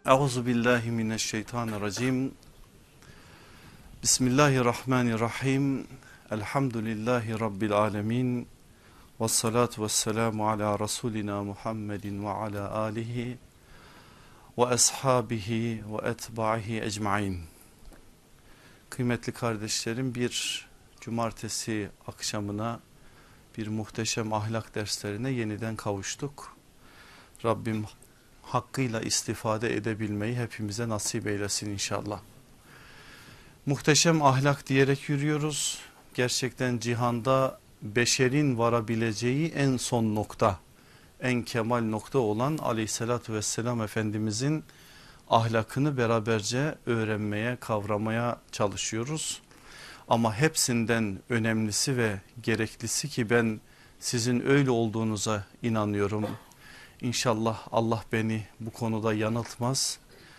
Euzu billahi mineşşeytanirracim. Bismillahirrahmanirrahim. Elhamdülillahi rabbil alamin. Ves salatu vesselamu ala rasulina Muhammedin ve ala alihi ve ashabihi ve etbahi ecmaîn. Kıymetli kardeşlerim, bir cumartesi akşamına, bir muhteşem ahlak derslerine yeniden kavuştuk. Rabbim hakkıyla istifade edebilmeyi hepimize nasip eylesin inşallah. Muhteşem ahlak diyerek yürüyoruz. Gerçekten cihanda beşerin varabileceği en son nokta, en kemal nokta olan aleyhissalatü vesselam Efendimizin ahlakını beraberce öğrenmeye, kavramaya çalışıyoruz. Ama hepsinden önemlisi ve gereklisi ki ben sizin öyle olduğunuza inanıyorum. İnşallah Allah beni bu konuda yanıltmaz.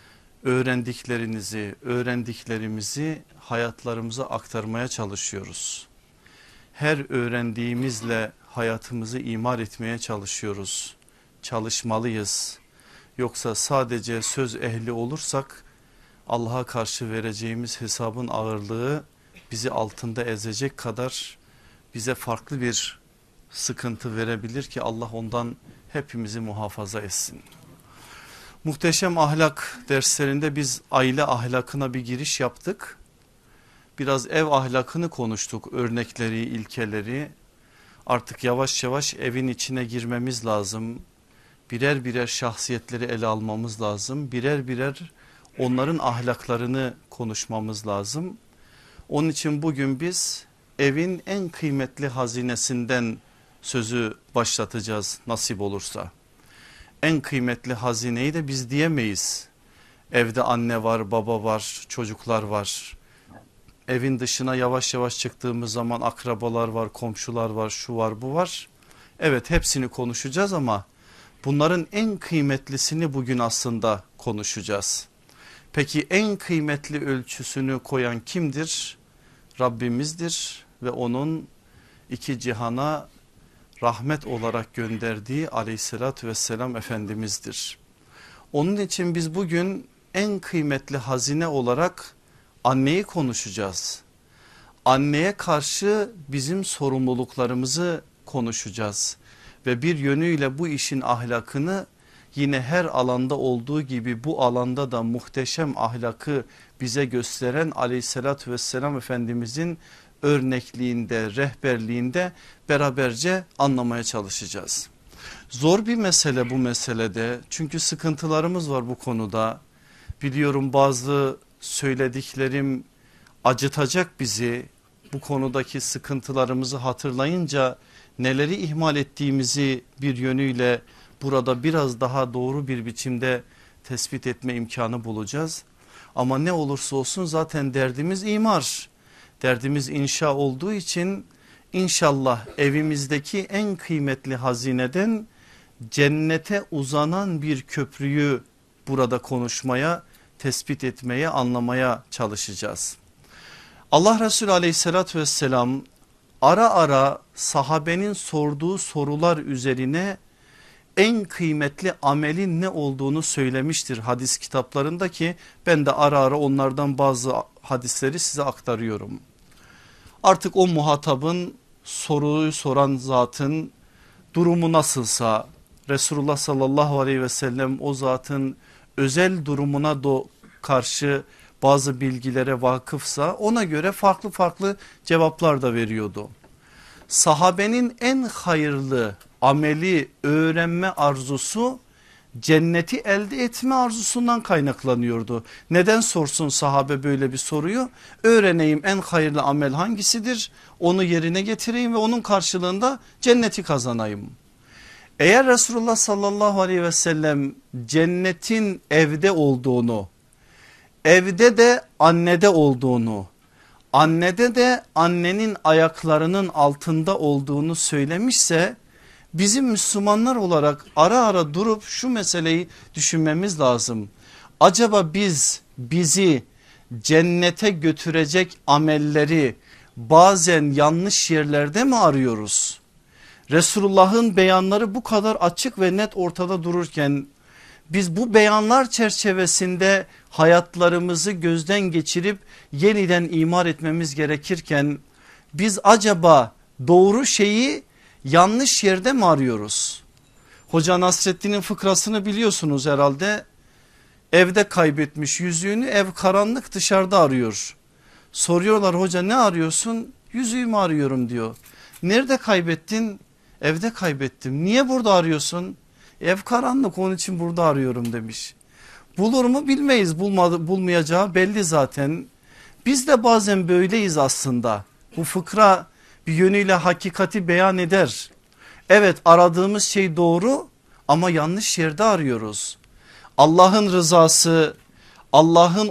Öğrendiklerimizi hayatlarımıza aktarmaya çalışıyoruz. Her öğrendiğimizle hayatımızı imar etmeye çalışıyoruz. Çalışmalıyız. Yoksa sadece söz ehli olursak Allah'a karşı vereceğimiz hesabın ağırlığı bizi altında ezecek kadar bize farklı bir sıkıntı verebilir ki Allah ondan hepimizi muhafaza etsin. Muhteşem ahlak derslerinde biz aile ahlakına bir giriş yaptık. Biraz ev ahlakını konuştuk, örnekleri, ilkeleri. Artık yavaş yavaş evin içine girmemiz lazım. Birer birer şahsiyetleri ele almamız lazım. Birer birer onların ahlaklarını konuşmamız lazım. Onun için bugün biz evin en kıymetli hazinesinden sözü başlatacağız nasip olursa. En kıymetli hazineyi de biz diyemeyiz. Evde anne var, baba var, çocuklar var. Evin dışına yavaş yavaş çıktığımız zaman akrabalar var, komşular var, şu var, bu var. Evet, hepsini konuşacağız ama bunların en kıymetlisini bugün aslında konuşacağız. Peki en kıymetli ölçüsünü koyan kimdir? Rabbimizdir ve onun iki cihana rahmet olarak gönderdiği aleyhissalatü vesselam Efendimiz'dir. Onun için biz bugün en kıymetli hazine olarak anneyi konuşacağız. Anneye karşı bizim sorumluluklarımızı konuşacağız. Ve bir yönüyle bu işin ahlakını yine her alanda olduğu gibi bu alanda da muhteşem ahlakı bize gösteren aleyhissalatü vesselam Efendimizin örnekliğinde, rehberliğinde beraberce anlamaya çalışacağız. Zor bir mesele bu meselede, çünkü sıkıntılarımız var bu konuda. Biliyorum bazı söylediklerim acıtacak bizi. Bu konudaki sıkıntılarımızı hatırlayınca neleri ihmal ettiğimizi bir yönüyle burada biraz daha doğru bir biçimde tespit etme imkanı bulacağız. Ama ne olursa olsun zaten derdimiz imar. Derdimiz inşa olduğu için inşallah evimizdeki en kıymetli hazineden cennete uzanan bir köprüyü burada konuşmaya, tespit etmeye, anlamaya çalışacağız. Allah Resulü aleyhissalatü vesselam ara ara sahabenin sorduğu sorular üzerine en kıymetli amelin ne olduğunu söylemiştir hadis kitaplarında ki ben de ara ara onlardan bazı hadisleri size aktarıyorum. Artık o muhatabın, soruyu soran zatın durumu nasılsa, Resulullah sallallahu aleyhi ve sellem o zatın özel durumuna karşı bazı bilgilere vakıfsa ona göre farklı farklı cevaplar da veriyordu. Sahabenin en hayırlı ameli öğrenme arzusu cenneti elde etme arzusundan kaynaklanıyordu. Neden sorsun sahabe böyle bir soruyu? Öğreneyim en hayırlı amel hangisidir? Onu yerine getireyim ve onun karşılığında cenneti kazanayım. Eğer Resulullah sallallahu aleyhi ve sellem cennetin evde olduğunu, evde de annede olduğunu, annede de annenin ayaklarının altında olduğunu söylemişse bizim Müslümanlar olarak ara ara durup şu meseleyi düşünmemiz lazım. Acaba bizi cennete götürecek amelleri bazen yanlış yerlerde mi arıyoruz? Resulullah'ın beyanları bu kadar açık ve net ortada dururken Biz bu beyanlar çerçevesinde hayatlarımızı gözden geçirip yeniden imar etmemiz gerekirken biz acaba doğru şeyi yanlış yerde mi arıyoruz? Hoca Nasreddin'in fıkrasını biliyorsunuz herhalde. Evde kaybetmiş yüzüğünü, ev karanlık, dışarıda arıyor. Soruyorlar, hoca ne arıyorsun? Yüzüğümü arıyorum diyor. Nerede kaybettin? Evde kaybettim. Niye burada arıyorsun? Ev karanlık, onun için burada arıyorum demiş. Bulur mu bilmeyiz, bulmayacağı belli zaten. Biz de bazen böyleyiz aslında. Bu fıkra bir yönüyle hakikati beyan eder. Evet, aradığımız şey doğru ama yanlış yerde arıyoruz. Allah'ın rızası, Allah'ın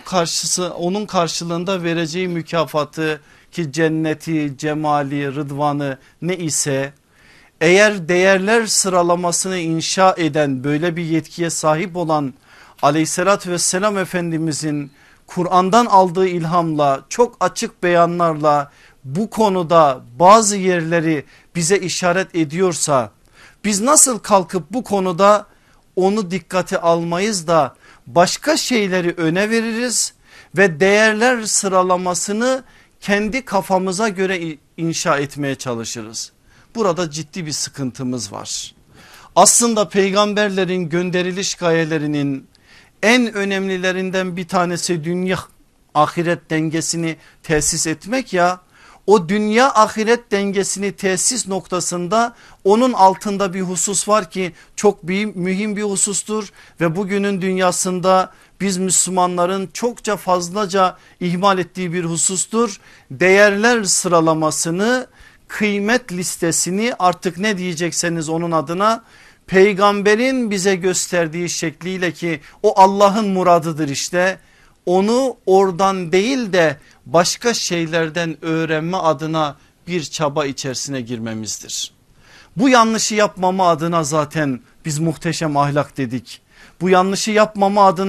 onun karşılığında vereceği mükafatı, ki cenneti, cemali, rıdvanı ne ise, eğer değerler sıralamasını inşa eden, böyle bir yetkiye sahip olan aleyhissalatü vesselam Efendimizin Kur'an'dan aldığı ilhamla, çok açık beyanlarla bu konuda bazı yerleri bize işaret ediyorsa, biz nasıl kalkıp bu konuda onu dikkate almayız da başka şeyleri öne veririz ve değerler sıralamasını kendi kafamıza göre inşa etmeye çalışırız. Burada ciddi bir sıkıntımız var. Aslında peygamberlerin gönderiliş gayelerinin en önemlilerinden bir tanesi dünya ahiret dengesini tesis etmek ya. O dünya ahiret dengesini tesis noktasında onun altında bir husus var ki çok mühim bir husustur ve bugünün dünyasında biz Müslümanların çokça fazlaca ihmal ettiği bir husustur. Değerler sıralamasını, kıymet listesini, artık ne diyecekseniz onun adına, peygamberin bize gösterdiği şekliyle, ki o Allah'ın muradıdır işte, onu oradan değil de başka şeylerden öğrenme adına bir çaba içerisine girmemizdir. Bu yanlışı yapmama adına zaten biz muhteşem ahlak dedik. Bu yanlışı yapmama adına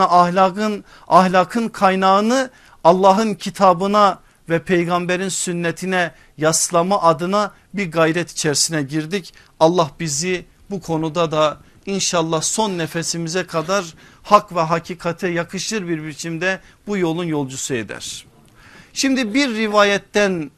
ahlakın kaynağını Allah'ın kitabına ve peygamberin sünnetine yaslama adına bir gayret içerisine girdik. Allah bizi bu konuda da İnşallah son nefesimize kadar hak ve hakikate yakışır bir biçimde bu yolun yolcusu eder. Şimdi bir rivayetten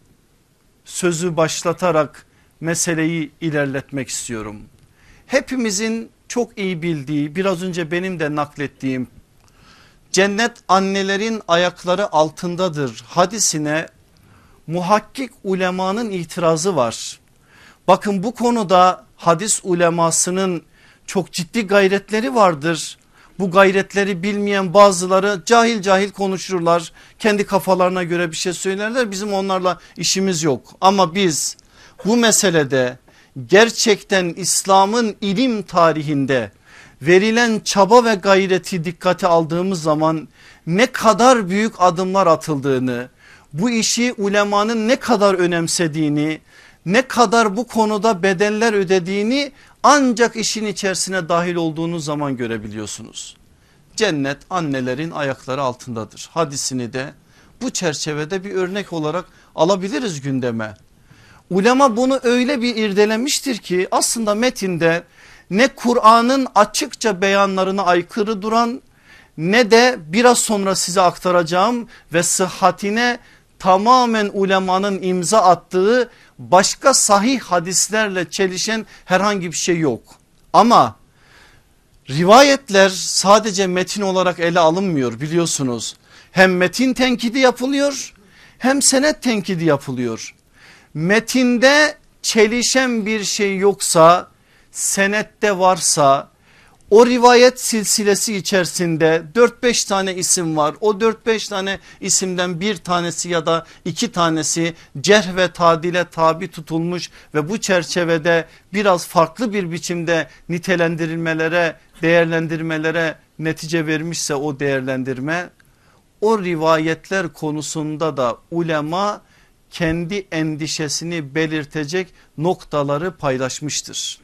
sözü başlatarak meseleyi ilerletmek istiyorum. Hepimizin çok iyi bildiği, biraz önce benim de naklettiğim cennet annelerin ayakları altındadır hadisine muhakkik ulemanın itirazı var. Bakın, bu konuda hadis ulemasının çok ciddi gayretleri vardır. Bu gayretleri bilmeyen bazıları cahil cahil konuşurlar. Kendi kafalarına göre bir şey söylerler. Bizim onlarla işimiz yok. Ama biz bu meselede gerçekten İslam'ın ilim tarihinde verilen çaba ve gayreti dikkate aldığımız zaman ne kadar büyük adımlar atıldığını, bu işi ulemanın ne kadar önemsediğini, ne kadar bu konuda bedeller ödediğini ancak işin içerisine dahil olduğunuz zaman görebiliyorsunuz. Cennet annelerin ayakları altındadır hadisini de bu çerçevede bir örnek olarak alabiliriz gündeme. Ulema bunu öyle bir irdelemiştir ki aslında metinde ne Kur'an'ın açıkça beyanlarına aykırı duran, ne de biraz sonra size aktaracağım ve sıhhatine tamamen ulemanın imza attığı başka sahih hadislerle çelişen herhangi bir şey yok. Ama rivayetler sadece metin olarak ele alınmıyor, biliyorsunuz. Hem metin tenkidi yapılıyor hem senet tenkidi yapılıyor. Metinde çelişen bir şey yoksa, senette varsa, o rivayet silsilesi içerisinde 4-5 tane isim var. O 4-5 tane isimden bir tanesi ya da iki tanesi cerh ve tadile tabi tutulmuş ve bu çerçevede biraz farklı bir biçimde nitelendirilmelere, değerlendirmelere netice vermişse o değerlendirme, o rivayetler konusunda da ulema kendi endişesini belirtecek noktaları paylaşmıştır.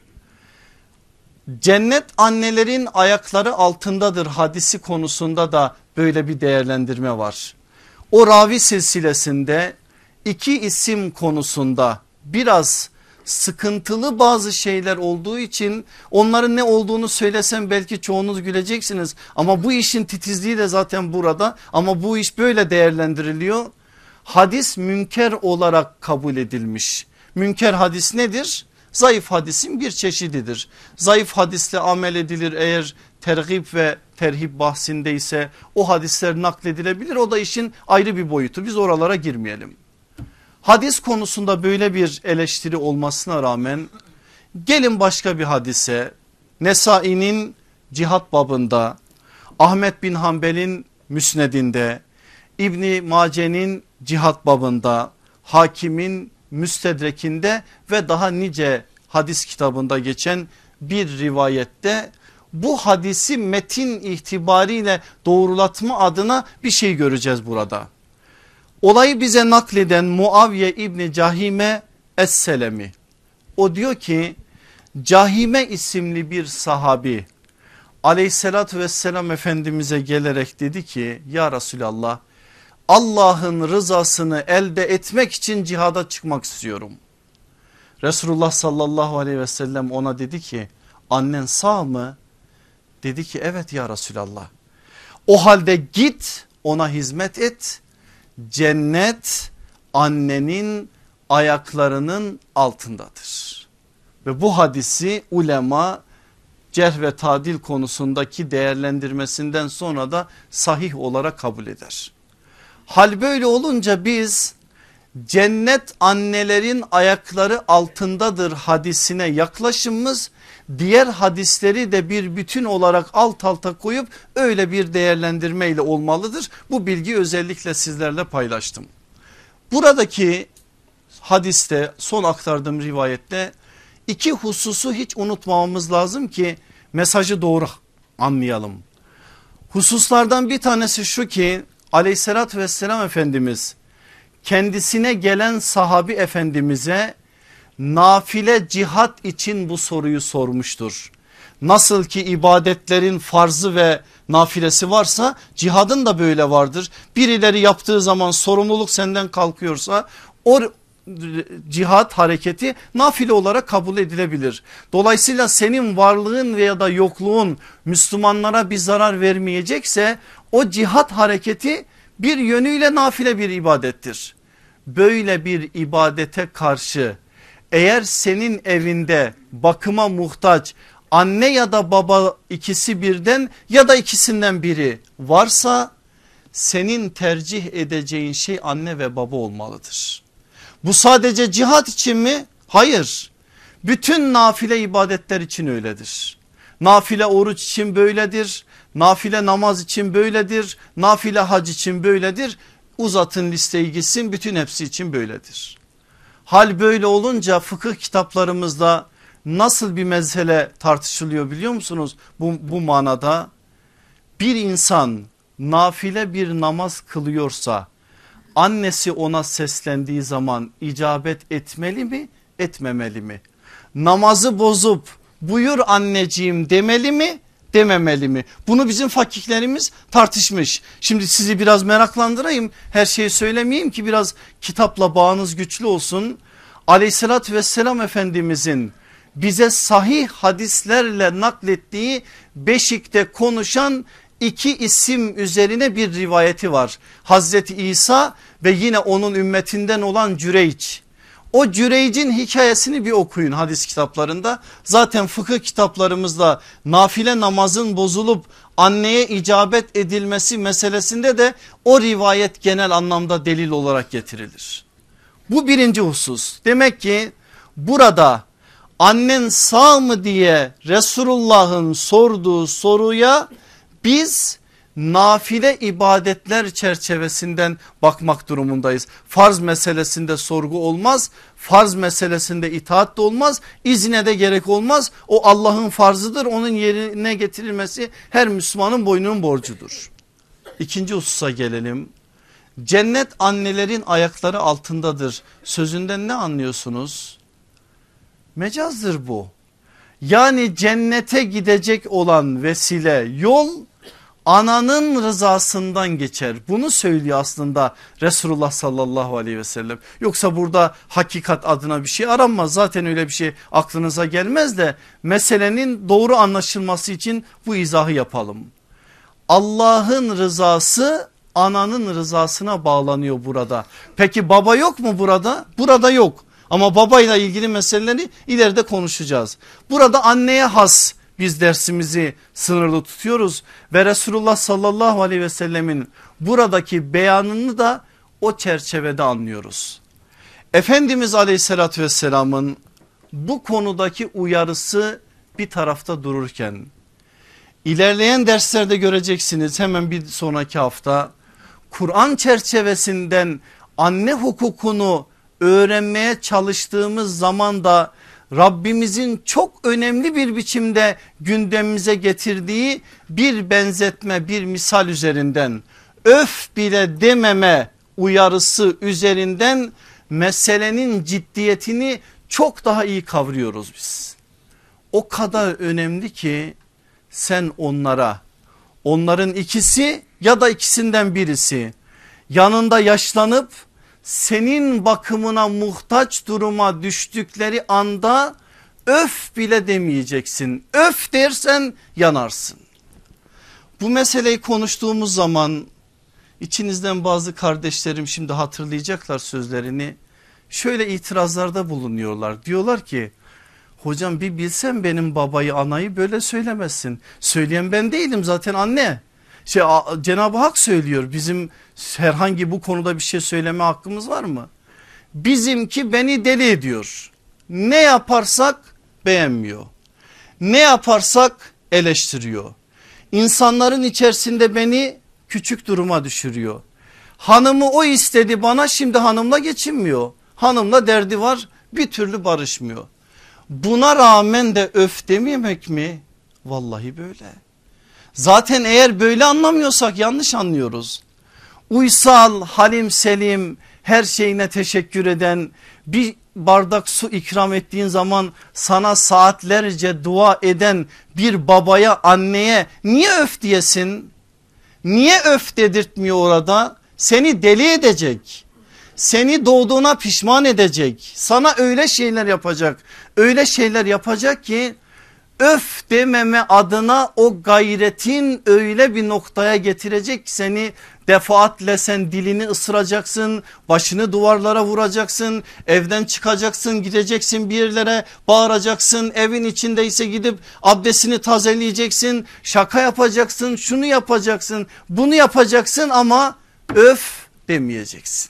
Cennet annelerin ayakları altındadır hadisi konusunda da böyle bir değerlendirme var. O ravi silsilesinde iki isim konusunda biraz sıkıntılı bazı şeyler olduğu için onların ne olduğunu söylesem belki çoğunuz güleceksiniz. Ama bu işin titizliği de zaten burada, ama bu iş böyle değerlendiriliyor. Hadis münker olarak kabul edilmiş. Münker hadis nedir? Zayıf hadisin bir çeşididir. Zayıf hadisle amel edilir, eğer tergib ve terhib bahsindeyse o hadisler nakledilebilir. O da işin ayrı bir boyutu, biz oralara girmeyelim. Hadis konusunda böyle bir eleştiri olmasına rağmen gelin başka bir hadise. Nesai'nin cihat babında, Ahmet bin Hanbel'in müsnedinde, İbni Mace'nin cihat babında, Hakim'in müstedrekinde ve daha nice hadis kitabında geçen bir rivayette bu hadisi metin itibariyle doğrulatma adına bir şey göreceğiz burada. Olayı bize nakleden Muaviye İbni Cahime Es-Selemi, o diyor ki Cahime isimli bir sahabi aleyhissalatü vesselam Efendimiz'e gelerek dedi ki ya Resulallah, Allah'ın rızasını elde etmek için cihada çıkmak istiyorum. Resulullah sallallahu aleyhi ve sellem ona dedi ki annen sağ mı? Dedi ki evet ya Resulallah. O halde git ona hizmet et, cennet annenin ayaklarının altındadır. Ve bu hadisi ulema cerh ve tadil konusundaki değerlendirmesinden sonra da sahih olarak kabul eder. Hal böyle olunca biz cennet annelerin ayakları altındadır hadisine yaklaşımımız diğer hadisleri de bir bütün olarak alt alta koyup öyle bir değerlendirmeyle olmalıdır. Bu bilgiyi özellikle sizlerle paylaştım. Buradaki hadiste, son aktardığım rivayette iki hususu hiç unutmamamız lazım ki mesajı doğru anlayalım. Hususlardan bir tanesi şu ki aleyhissalatü vesselam Efendimiz kendisine gelen sahabi efendimize nafile cihat için bu soruyu sormuştur. Nasıl ki ibadetlerin farzı ve nafilesi varsa cihadın da böyle vardır. Birileri yaptığı zaman sorumluluk senden kalkıyorsa o cihat hareketi nafile olarak kabul edilebilir. Dolayısıyla senin varlığın veya da yokluğun Müslümanlara bir zarar vermeyecekse o cihat hareketi bir yönüyle nafile bir ibadettir. Böyle bir ibadete karşı eğer senin evinde bakıma muhtaç anne ya da baba ikisi birden ya da ikisinden biri varsa senin tercih edeceğin şey anne ve baba olmalıdır. Bu sadece cihat için mi? Hayır. Bütün nafile ibadetler için öyledir. Nafile oruç için böyledir. Nafile namaz için böyledir. Nafile hac için böyledir. Uzatın listeyi gitsin, bütün hepsi için böyledir. Hal böyle olunca fıkıh kitaplarımızda nasıl bir mesele tartışılıyor biliyor musunuz? Bu manada bir insan nafile bir namaz kılıyorsa annesi ona seslendiği zaman icabet etmeli mi, etmemeli mi? Namazı bozup buyur anneciğim demeli mi, dememeli mi? Bunu bizim fakihlerimiz tartışmış. Şimdi sizi biraz meraklandırayım, her şeyi söylemeyeyim ki biraz kitapla bağınız güçlü olsun. Aleyhissalatü vesselam Efendimizin bize sahih hadislerle naklettiği Beşik'te konuşan iki isim üzerine bir rivayeti var. Hazreti İsa ve yine onun ümmetinden olan Cüreyç. O Cüreyc'in hikayesini bir okuyun hadis kitaplarında. Zaten fıkıh kitaplarımızda nafile namazın bozulup anneye icabet edilmesi meselesinde de o rivayet genel anlamda delil olarak getirilir. Bu birinci husus. Demek ki burada annen sağ mı diye Resulullah'ın sorduğu soruya biz nafile ibadetler çerçevesinden bakmak durumundayız. Farz meselesinde sorgu olmaz, farz meselesinde itaat da olmaz, izine de gerek olmaz. O Allah'ın farzıdır, onun yerine getirilmesi her Müslümanın boynunun borcudur. İkinci hususa gelelim. Cennet annelerin ayakları altındadır sözünden ne anlıyorsunuz? Mecazdır bu. Yani cennete gidecek olan vesile yol ananın rızasından geçer. Bunu söylüyor aslında Resulullah sallallahu aleyhi ve sellem. Yoksa burada hakikat adına bir şey aranmaz. Zaten öyle bir şey aklınıza gelmez de meselenin doğru anlaşılması için bu izahı yapalım. Allah'ın rızası ananın rızasına bağlanıyor burada. Peki baba yok mu burada? Burada yok. Ama babayla ilgili meseleleri ileride konuşacağız. Burada anneye has biz dersimizi sınırlı tutuyoruz ve Resulullah sallallahu aleyhi ve sellemin buradaki beyanını da o çerçevede anlıyoruz. Efendimiz aleyhissalatü vesselamın bu konudaki uyarısı bir tarafta dururken ilerleyen derslerde göreceksiniz, hemen bir sonraki hafta Kur'an çerçevesinden anne hukukunu öğrenmeye çalıştığımız zaman da Rabbimizin çok önemli bir biçimde gündemimize getirdiği bir benzetme, bir misal üzerinden, öf bile dememe uyarısı üzerinden meselenin ciddiyetini çok daha iyi kavruyoruz biz. O kadar önemli ki sen onlara, onların ikisi ya da ikisinden birisi yanında yaşlanıp senin bakımına muhtaç duruma düştükleri anda öf bile demeyeceksin. Öf dersen yanarsın. Bu meseleyi konuştuğumuz zaman içinizden bazı kardeşlerim şimdi hatırlayacaklar sözlerini. Şöyle itirazlarda bulunuyorlar. Diyorlar ki hocam bir bilsem benim babayı anayı böyle söylemezsin. Söyleyen ben değilim zaten anne. Cenab-ı Hak söylüyor, bizim herhangi bu konuda bir şey söyleme hakkımız var mı? Bizimki beni deli ediyor. Ne yaparsak beğenmiyor. Ne yaparsak eleştiriyor. İnsanların içerisinde beni küçük duruma düşürüyor. Hanımı o istedi bana, şimdi hanımla geçinmiyor. Hanımla derdi var, bir türlü barışmıyor. Buna rağmen de öf dememek mi? Vallahi böyle. Zaten eğer böyle anlamıyorsak yanlış anlıyoruz. Uysal, halim selim, her şeyine teşekkür eden, bir bardak su ikram ettiğin zaman sana saatlerce dua eden bir babaya, anneye niye öf diyesin? Niye öf dedirtmiyor orada? Seni deli edecek. Seni doğduğuna pişman edecek. Sana öyle şeyler yapacak. Öyle şeyler yapacak ki öf dememe adına o gayretin öyle bir noktaya getirecek ki seni defaatle sen dilini ısıracaksın, başını duvarlara vuracaksın, evden çıkacaksın, gideceksin bir yerlere bağıracaksın, evin içindeyse gidip abdestini tazeleyeceksin, şaka yapacaksın, şunu yapacaksın, bunu yapacaksın ama öf demeyeceksin.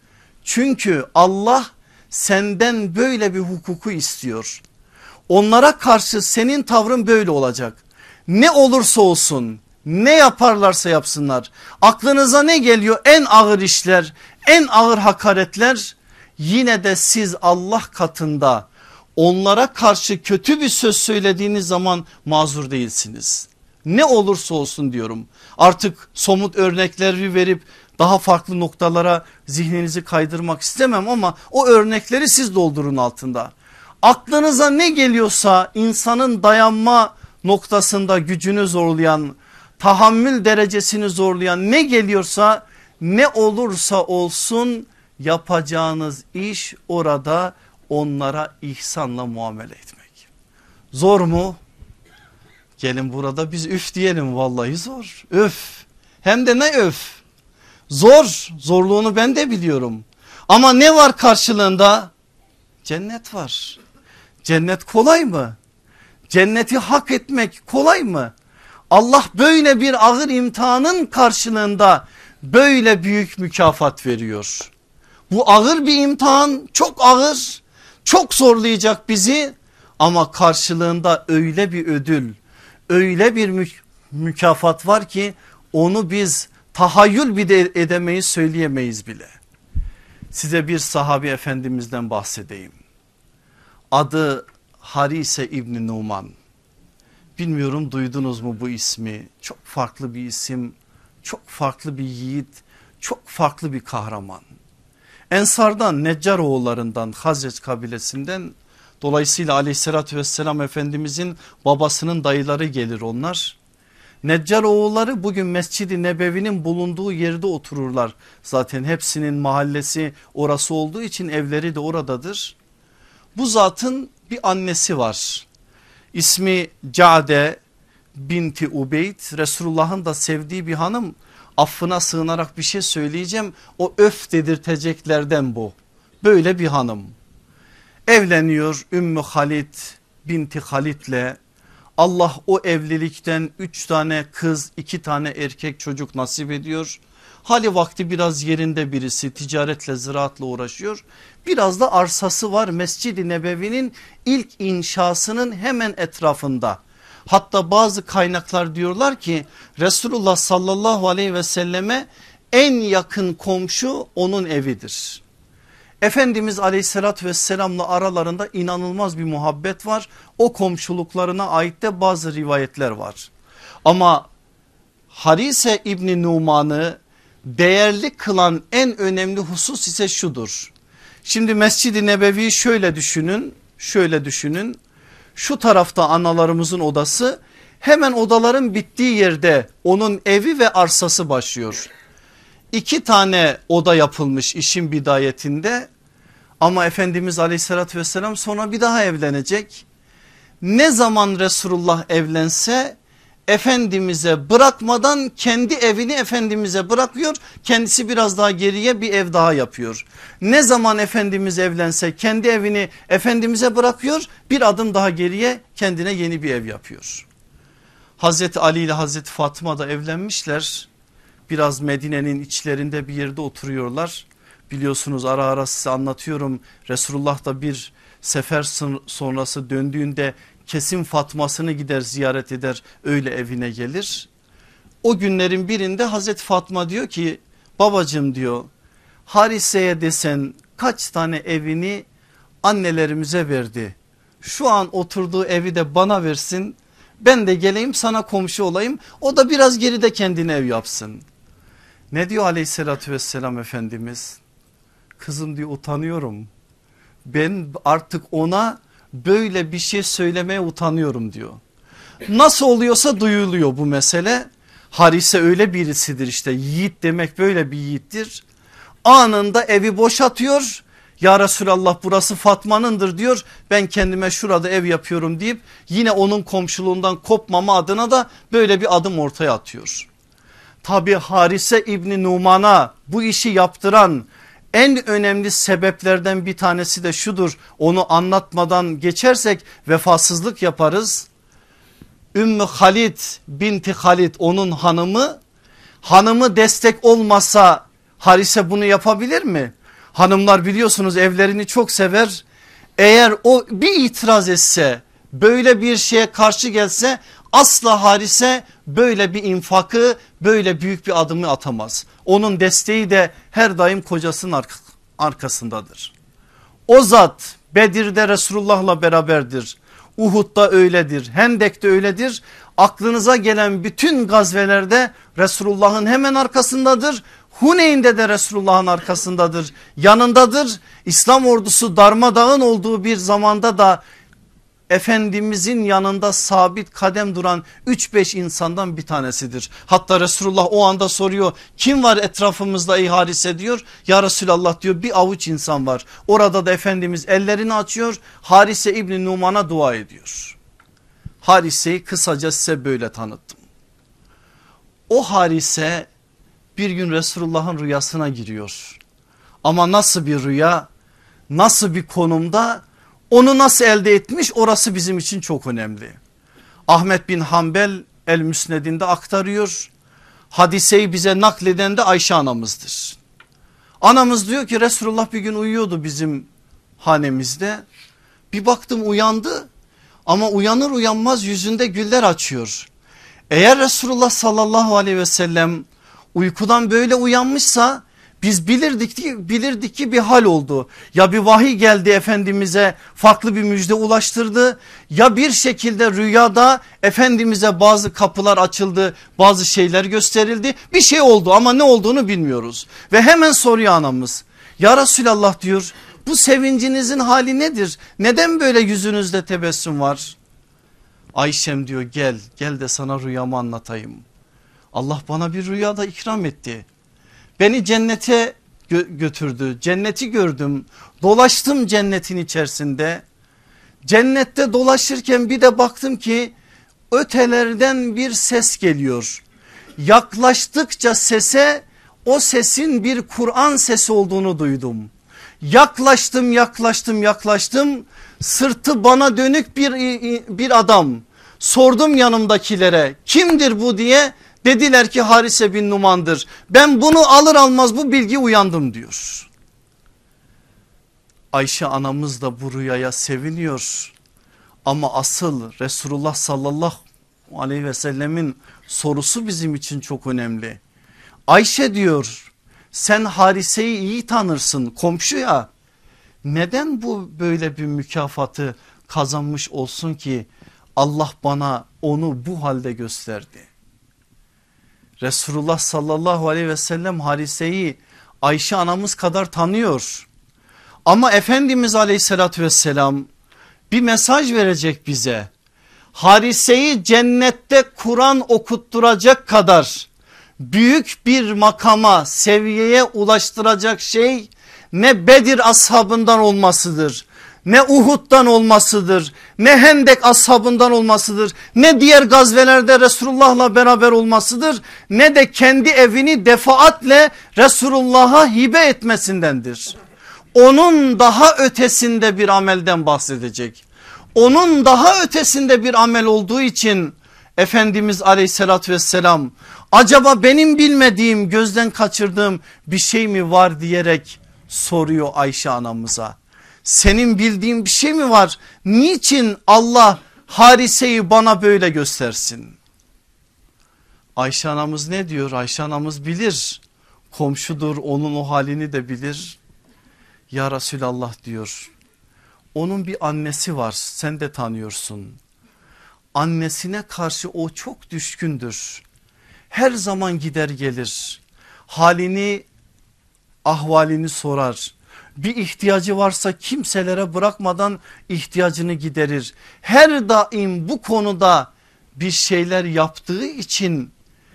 Çünkü Allah senden böyle bir hukuku istiyor. Onlara karşı senin tavrın böyle olacak. Ne olursa olsun, ne yaparlarsa yapsınlar. Aklınıza ne geliyor? En ağır işler, en ağır hakaretler, yine de siz Allah katında onlara karşı kötü bir söz söylediğiniz zaman mazur değilsiniz. Ne olursa olsun diyorum. Artık somut örnekleri verip daha farklı noktalara zihninizi kaydırmak istemem ama o örnekleri siz doldurun altında. Aklınıza ne geliyorsa, insanın dayanma noktasında gücünü zorlayan, tahammül derecesini zorlayan ne geliyorsa, ne olursa olsun yapacağınız iş orada onlara ihsanla muamele etmek. Zor mu? Gelin burada biz üf diyelim, vallahi zor. Öf, hem de ne öf. Zor, zorluğunu ben de biliyorum. Ama ne var karşılığında? Cennet var. Cennet kolay mı? Cenneti hak etmek kolay mı? Allah böyle bir ağır imtihanın karşılığında böyle büyük mükafat veriyor. Bu ağır bir imtihan, çok ağır, çok zorlayacak bizi ama karşılığında öyle bir ödül, öyle bir mükafat var ki onu biz tahayyül bile edemeyiz, söyleyemeyiz bile. Size bir sahabi efendimizden bahsedeyim. Adı Harise İbni Numan. Bilmiyorum duydunuz mu bu ismi? Çok farklı bir isim, çok farklı bir yiğit, çok farklı bir kahraman. Ensardan, Neccaroğullarından, Hazreç kabilesinden, dolayısıyla aleyhissalatü vesselam Efendimizin babasının dayıları gelir onlar. Neccar oğulları bugün Mescid-i Nebevi'nin bulunduğu yerde otururlar. Zaten hepsinin mahallesi orası olduğu için evleri de oradadır. Bu zatın bir annesi var. İsmi Cade binti Ubeyd. Resulullah'ın da sevdiği bir hanım. Affına sığınarak bir şey söyleyeceğim. O öf dedirteceklerden bu. Böyle bir hanım. Evleniyor Ümmü Halid binti Halid'le. Allah o evlilikten 3 tane kız 2 tane erkek çocuk nasip ediyor. Hali vakti biraz yerinde birisi, ticaretle ziraatla uğraşıyor. Biraz da arsası var Mescid-i Nebevi'nin ilk inşasının hemen etrafında. Hatta bazı kaynaklar diyorlar ki Resulullah sallallahu aleyhi ve selleme en yakın komşu onun evidir. Efendimiz aleyhissalatü vesselamla aralarında inanılmaz bir muhabbet var. O komşuluklarına ait de bazı rivayetler var. Ama Harise İbni Numan'ı değerli kılan en önemli husus ise şudur. Şimdi Mescid-i Nebevi'yi şöyle düşünün. Şu tarafta analarımızın odası, hemen odaların bittiği yerde onun evi ve arsası başlıyor. 2 tane oda yapılmış işin bidayetinde ama Efendimiz aleyhissalatü vesselam sonra bir daha evlenecek. Ne zaman Resulullah evlense Efendimiz'e bırakmadan kendi evini Efendimiz'e bırakıyor. Kendisi biraz daha geriye bir ev daha yapıyor. Ne zaman Efendimiz evlense kendi evini Efendimiz'e bırakıyor. Bir adım daha geriye kendine yeni bir ev yapıyor. Hazreti Ali ile Hazreti Fatıma da evlenmişler. Biraz Medine'nin içlerinde bir yerde oturuyorlar. Biliyorsunuz ara ara size anlatıyorum. Resulullah da bir sefer sonrası döndüğünde kesin Fatma'sını gider ziyaret eder, öyle evine gelir. O günlerin birinde Hazreti Fatma diyor ki babacığım diyor, Harise'ye desen kaç tane evini annelerimize verdi. Şu an oturduğu evi de bana versin, ben de geleyim sana komşu olayım, o da biraz geride kendine ev yapsın. Ne diyor aleyhissalatü vesselam Efendimiz? Kızım diyor, utanıyorum. Ben artık ona böyle bir şey söylemeye utanıyorum diyor. Nasıl oluyorsa duyuluyor bu mesele. Harise öyle birisidir işte, yiğit demek böyle bir yiğittir. Anında evi boşatıyor. Ya Resulallah burası Fatma'nındır diyor. Ben kendime şurada ev yapıyorum deyip yine onun komşuluğundan kopmama adına da böyle bir adım ortaya atıyor. Tabi Harise İbni Numan'a bu işi yaptıran en önemli sebeplerden bir tanesi de şudur. Onu anlatmadan geçersek vefasızlık yaparız. Ümmü Halid binti Halid onun hanımı destek olmasa Harise bunu yapabilir mi? Hanımlar biliyorsunuz evlerini çok sever. Eğer o bir itiraz etse, böyle bir şeye karşı gelse asla Harise böyle bir infakı, böyle büyük bir adımı atamaz. Onun desteği de her daim kocasının arkasındadır. O zat Bedir'de Resulullah'la beraberdir. Uhud'da öyledir, Hendek'te öyledir. Aklınıza gelen bütün gazvelerde Resulullah'ın hemen arkasındadır. Huneyn'de de Resulullah'ın arkasındadır, yanındadır. İslam ordusu darmadağın olduğu bir zamanda da Efendimizin yanında sabit kadem duran 3-5 insandan bir tanesidir. Hatta Resulullah o anda soruyor, kim var etrafımızda ey Harise diyor. Ya Resulallah diyor, bir avuç insan var. Orada da Efendimiz ellerini açıyor, Harise İbni Numan'a dua ediyor. Harise'yi kısaca size böyle tanıttım. O Harise bir gün Resulullah'ın rüyasına giriyor. Ama nasıl bir rüya, nasıl bir konumda, onu nasıl elde etmiş, orası bizim için çok önemli. Ahmet bin Hanbel El Müsned'inde aktarıyor. Hadiseyi bize nakleden de Ayşe anamızdır. Anamız diyor ki Resulullah bir gün uyuyordu bizim hanemizde. Bir baktım uyandı ama uyanır uyanmaz yüzünde güller açıyor. Eğer Resulullah sallallahu aleyhi ve sellem uykudan böyle uyanmışsa biz bilirdik ki bir hal oldu. Ya bir vahiy geldi Efendimiz'e, farklı bir müjde ulaştırdı, ya bir şekilde rüyada Efendimiz'e bazı kapılar açıldı, bazı şeyler gösterildi, bir şey oldu ama ne olduğunu bilmiyoruz. Ve hemen soruyor anamız, ya Resulallah diyor, bu sevincinizin hali nedir? Neden böyle yüzünüzde tebessüm var? Ayşem diyor gel de sana rüyamı anlatayım. Allah bana bir rüyada ikram etti. Beni cennete götürdü. Cenneti gördüm. Dolaştım cennetin içerisinde. Cennette dolaşırken bir de baktım ki ötelerden bir ses geliyor. Yaklaştıkça sese, o sesin bir Kur'an sesi olduğunu duydum. Yaklaştım. Sırtı bana dönük bir adam. Sordum yanımdakilere, kimdir bu diye. Dediler ki Harise bin Numan'dır. Ben bunu alır almaz bu bilgi uyandım diyor. Ayşe anamız da bu rüyaya seviniyor. Ama asıl Resulullah sallallahu aleyhi ve sellemin sorusu bizim için çok önemli. Ayşe diyor, sen Harise'yi iyi tanırsın, komşu ya. Neden bu böyle bir mükafatı kazanmış olsun ki Allah bana onu bu halde gösterdi? Resulullah sallallahu aleyhi ve sellem Harise'yi Ayşe anamız kadar tanıyor. Ama Efendimiz aleyhissalatü vesselam bir mesaj verecek bize. Harise'yi cennette Kur'an okutturacak kadar büyük bir makama, seviyeye ulaştıracak şey ne Bedir ashabından olmasıdır, ne Uhud'dan olmasıdır, ne Hendek ashabından olmasıdır, ne diğer gazvelerde Resulullah'la beraber olmasıdır, ne de kendi evini defaatle Resulullah'a hibe etmesindendir. Onun daha ötesinde bir amelden bahsedecek. Onun daha ötesinde bir amel olduğu için Efendimiz aleyhissalatü vesselam acaba benim bilmediğim, gözden kaçırdığım bir şey mi var diyerek soruyor Ayşe anamıza. Senin bildiğin bir şey mi var? Niçin Allah Harise'yi bana böyle göstersin? Ayşe anamız ne diyor? Ayşe anamız bilir. Komşudur, onun o halini de bilir. Ya Resulallah diyor. Onun bir annesi var, sen de tanıyorsun. Annesine karşı o çok düşkündür. Her zaman gider gelir. Halini, ahvalini sorar. Bir ihtiyacı varsa kimselere bırakmadan ihtiyacını giderir. Her daim bu konuda bir şeyler yaptığı için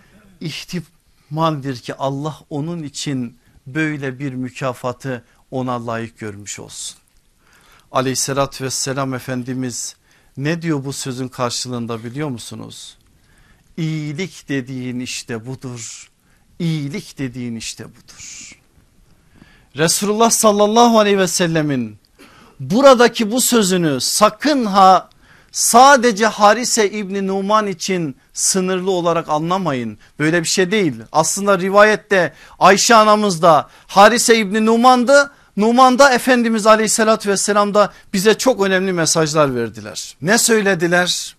ihtimaldir ki Allah onun için böyle bir mükafatı ona layık görmüş olsun. Aleyhissalatü vesselam Efendimiz ne diyor bu sözün karşılığında biliyor musunuz? İyilik dediğin işte budur. İyilik dediğin işte budur. Resulullah sallallahu aleyhi ve sellemin buradaki bu sözünü sakın ha sadece Harise İbni Numan için sınırlı olarak anlamayın. Böyle bir şey değil. Aslında rivayette Ayşe anamız da Harise İbni Numan'da Efendimiz aleyhissalatü vesselam da bize çok önemli mesajlar verdiler. Ne söylediler?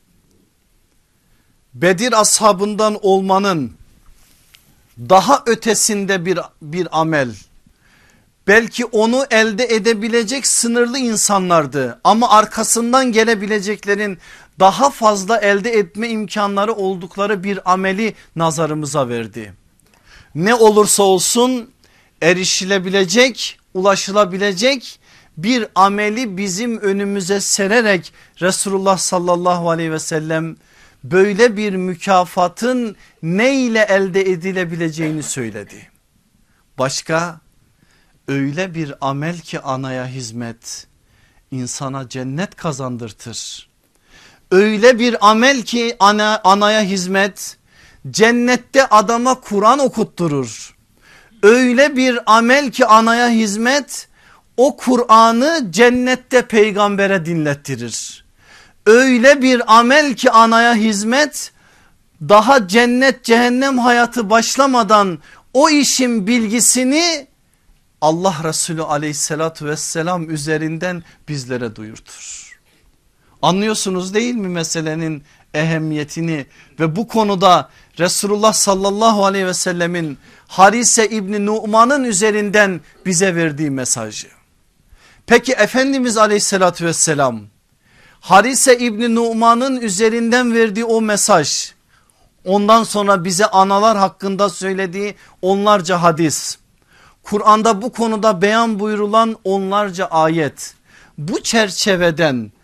Bedir ashabından olmanın daha ötesinde bir amel. Belki onu elde edebilecek sınırlı insanlardı ama arkasından gelebileceklerin daha fazla elde etme imkanları oldukları bir ameli nazarımıza verdi. Ne olursa olsun erişilebilecek, ulaşılabilecek bir ameli bizim önümüze sererek Resulullah sallallahu aleyhi ve sellem böyle bir mükafatın ne ile elde edilebileceğini söyledi. Başka? Öyle bir amel ki anaya hizmet insana cennet kazandırtır. Öyle bir amel ki anaya hizmet cennette adama Kur'an okutturur. Öyle bir amel ki anaya hizmet o Kur'an'ı cennette peygambere dinlettirir. Öyle bir amel ki anaya hizmet daha cennet cehennem hayatı başlamadan o işin bilgisini Allah Resulü aleyhissalatü vesselam üzerinden bizlere duyurtur. Anlıyorsunuz değil mi meselenin ehemmiyetini ve bu konuda Resulullah sallallahu aleyhi ve sellemin Harise İbni Numan'ın üzerinden bize verdiği mesajı. Peki Efendimiz aleyhissalatü vesselam Harise İbni Numan'ın üzerinden verdiği o mesaj, ondan sonra bize analar hakkında söylediği onlarca hadis, Kur'an'da bu konuda beyan buyurulan onlarca ayet, bu çerçeveden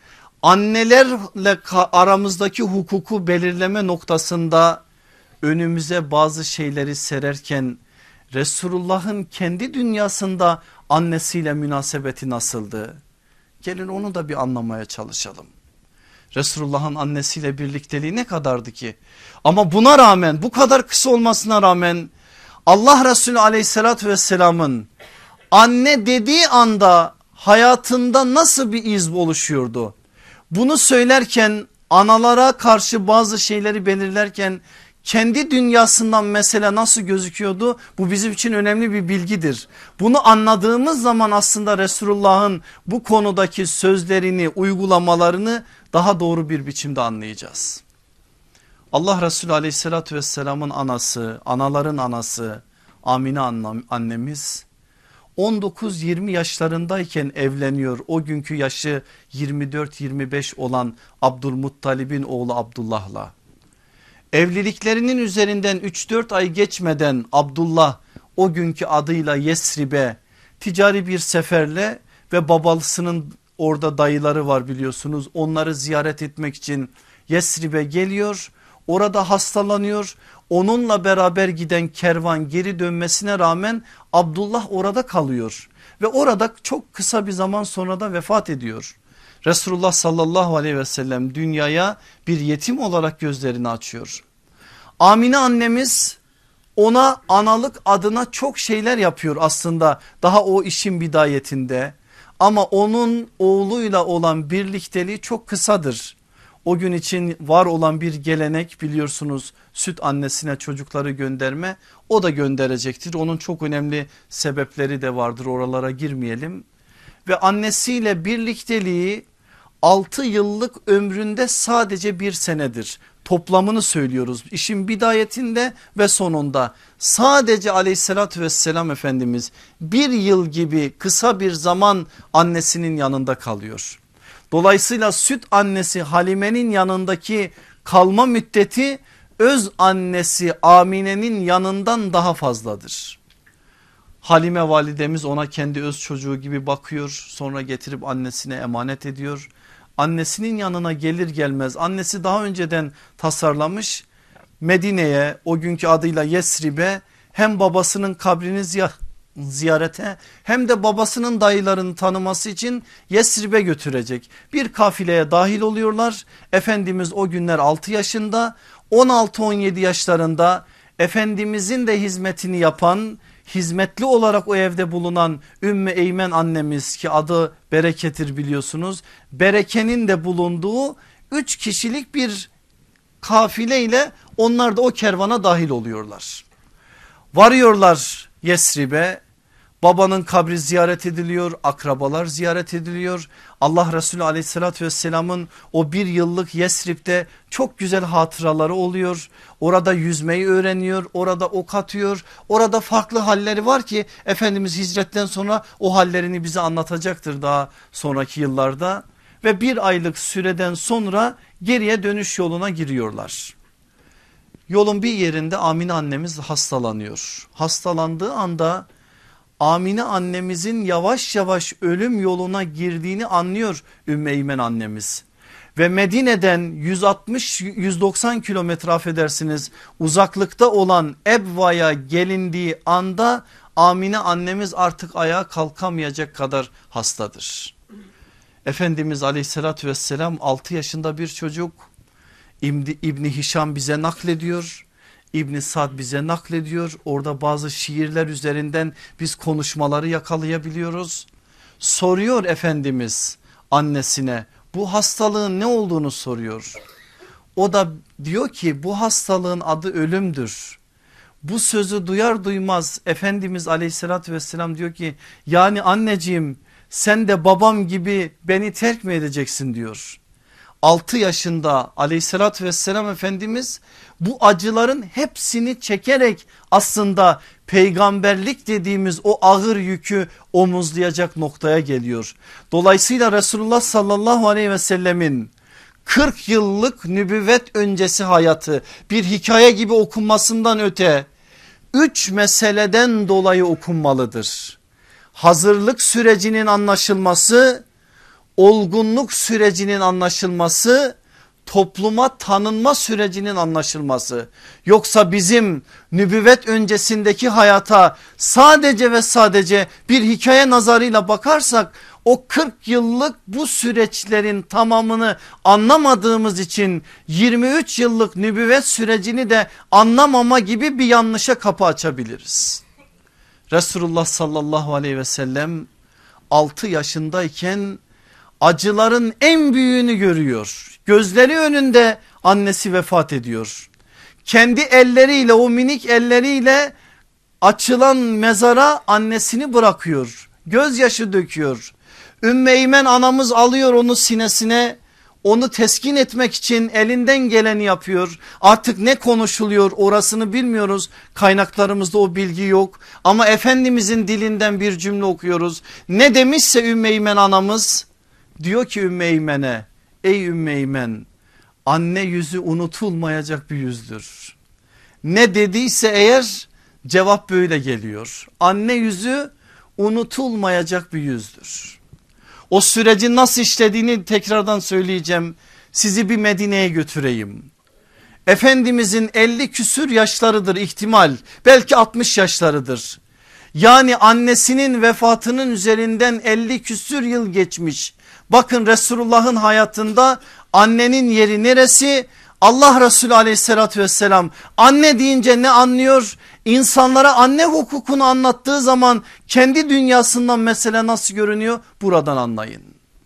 Annelerle aramızdaki hukuku belirleme noktasında önümüze bazı şeyleri sererken Resulullah'ın kendi dünyasında annesiyle münasebeti nasıldı? Gelin onu da bir anlamaya çalışalım. Resulullah'ın annesiyle birlikteliği ne kadardı ki? Ama buna rağmen, bu kadar kısa olmasına rağmen Allah Resulü aleyhissalatü vesselamın anne dediği anda hayatında nasıl bir iz oluşuyordu? Bunu söylerken, analara karşı bazı şeyleri belirlerken kendi dünyasından mesele nasıl gözüküyordu? Bu bizim için önemli bir bilgidir. Bunu anladığımız zaman aslında Resulullah'ın bu konudaki sözlerini, uygulamalarını daha doğru bir biçimde anlayacağız. Allah Resulü aleyhissalatü vesselamın anası, anaların anası Amine annemiz 19-20 yaşlarındayken evleniyor. O günkü yaşı 24-25 olan Abdülmuttalib'in oğlu Abdullah'la. Evliliklerinin üzerinden 3-4 ay geçmeden Abdullah o günkü adıyla Yesrib'e ticari bir seferle ve babasının orada dayıları var biliyorsunuz, onları ziyaret etmek için Yesrib'e geliyor. Orada hastalanıyor. Onunla beraber giden kervan geri dönmesine rağmen Abdullah orada kalıyor ve orada çok kısa bir zaman sonra da vefat ediyor. Resulullah sallallahu aleyhi ve sellem dünyaya bir yetim olarak gözlerini açıyor. Amine annemiz ona analık adına çok şeyler yapıyor aslında daha o işin bidayetinde, ama onun oğluyla olan birlikteliği çok kısadır. O gün için var olan bir gelenek biliyorsunuz, süt annesine çocukları gönderme, o da gönderecektir. Onun çok önemli sebepleri de vardır, oralara girmeyelim. Ve annesiyle birlikteliği 6 yıllık ömründe sadece 1 senedir. Toplamını söylüyoruz işin bidayetinde ve sonunda sadece aleyhissalatü vesselam Efendimiz 1 yıl gibi kısa bir zaman annesinin yanında kalıyor. Dolayısıyla süt annesi Halime'nin yanındaki kalma müddeti öz annesi Amine'nin yanından daha fazladır. Halime validemiz ona kendi öz çocuğu gibi bakıyor, sonra getirip annesine emanet ediyor. Annesinin yanına gelir gelmez annesi daha önceden tasarlamış, Medine'ye, o günkü adıyla Yesrib'e hem babasının kabrini ziyarete hem de babasının dayılarını tanıması için Yesrib'e götürecek. Bir kafileye dahil oluyorlar. Efendimiz o günler 6 yaşında, 16-17 yaşlarında Efendimizin de hizmetini yapan, hizmetli olarak o evde bulunan Ümmü Eymen annemiz ki adı Bereke'tir biliyorsunuz. Bereke'nin de bulunduğu 3 kişilik bir kafileyle onlar da o kervana dahil oluyorlar. Varıyorlar Yesrib'e, babanın kabri ziyaret ediliyor, akrabalar ziyaret ediliyor. Allah Resulü aleyhissalatü vesselamın o 1 yıllık Yesrib'de çok güzel hatıraları oluyor. Orada yüzmeyi öğreniyor, orada ok atıyor, orada farklı halleri var ki Efendimiz hicretten sonra o hallerini bize anlatacaktır daha sonraki yıllarda. Ve 1 aylık süreden sonra geriye dönüş yoluna giriyorlar. Yolun bir yerinde Amine annemiz hastalanıyor. Hastalandığı anda Amine annemizin yavaş yavaş ölüm yoluna girdiğini anlıyor Ümmü Eymen annemiz. Ve Medine'den 160-190 kilometre affedersiniz uzaklıkta olan Ebva'ya gelindiği anda Amine annemiz artık ayağa kalkamayacak kadar hastadır. Efendimiz aleyhissalatü vesselam 6 yaşında bir çocuk, İbni Hişam bize naklediyor. İbn Sad bize naklediyor. Orada bazı şiirler üzerinden biz konuşmaları yakalayabiliyoruz. Soruyor Efendimiz annesine, bu hastalığın ne olduğunu soruyor. O da diyor ki bu hastalığın adı ölümdür. Bu sözü duyar duymaz Efendimiz aleyhissalatü vesselam diyor ki, yani anneciğim sen de babam gibi beni terk mi edeceksin diyor. 6 yaşında aleyhissalatü vesselam Efendimiz bu acıların hepsini çekerek aslında peygamberlik dediğimiz o ağır yükü omuzlayacak noktaya geliyor. Dolayısıyla Resulullah sallallahu aleyhi ve sellemin 40 yıllık nübüvvet öncesi hayatı bir hikaye gibi okunmasından öte 3 meseleden dolayı okunmalıdır. Hazırlık sürecinin anlaşılması, olgunluk sürecinin anlaşılması, topluma tanınma sürecinin anlaşılması. Yoksa bizim nübüvvet öncesindeki hayata sadece ve sadece bir hikaye nazarıyla bakarsak o 40 yıllık bu süreçlerin tamamını anlamadığımız için 23 yıllık nübüvvet sürecini de anlamama gibi bir yanlışa kapı açabiliriz. Resulullah sallallahu aleyhi ve sellem 6 yaşındayken acıların en büyüğünü görüyor. Gözleri önünde annesi vefat ediyor. Kendi elleriyle, o minik elleriyle açılan mezara annesini bırakıyor. Gözyaşı döküyor. Ümmü Eymen anamız alıyor onu sinesine, onu teskin etmek için elinden geleni yapıyor. Artık ne konuşuluyor orasını bilmiyoruz. Kaynaklarımızda o bilgi yok. Ama Efendimizin dilinden bir cümle okuyoruz. Ne demişse Ümmü Eymen anamız, diyor ki Ümmü Eymen'e, ey Ümmü Eymen, anne yüzü unutulmayacak bir yüzdür. Ne dediyse eğer cevap böyle geliyor. Anne yüzü unutulmayacak bir yüzdür. O sürecin nasıl işlediğini tekrardan söyleyeceğim. Sizi bir Medine'ye götüreyim. Efendimizin 50 küsür yaşlarıdır ihtimal, belki 60 yaşlarıdır. Yani annesinin vefatının üzerinden 50 küsür yıl geçmiş. Bakın Resulullah'ın hayatında annenin yeri neresi? Allah Resulü aleyhissalatü vesselam anne deyince ne anlıyor? İnsanlara anne hukukunu anlattığı zaman kendi dünyasından mesele nasıl görünüyor? Buradan anlayın.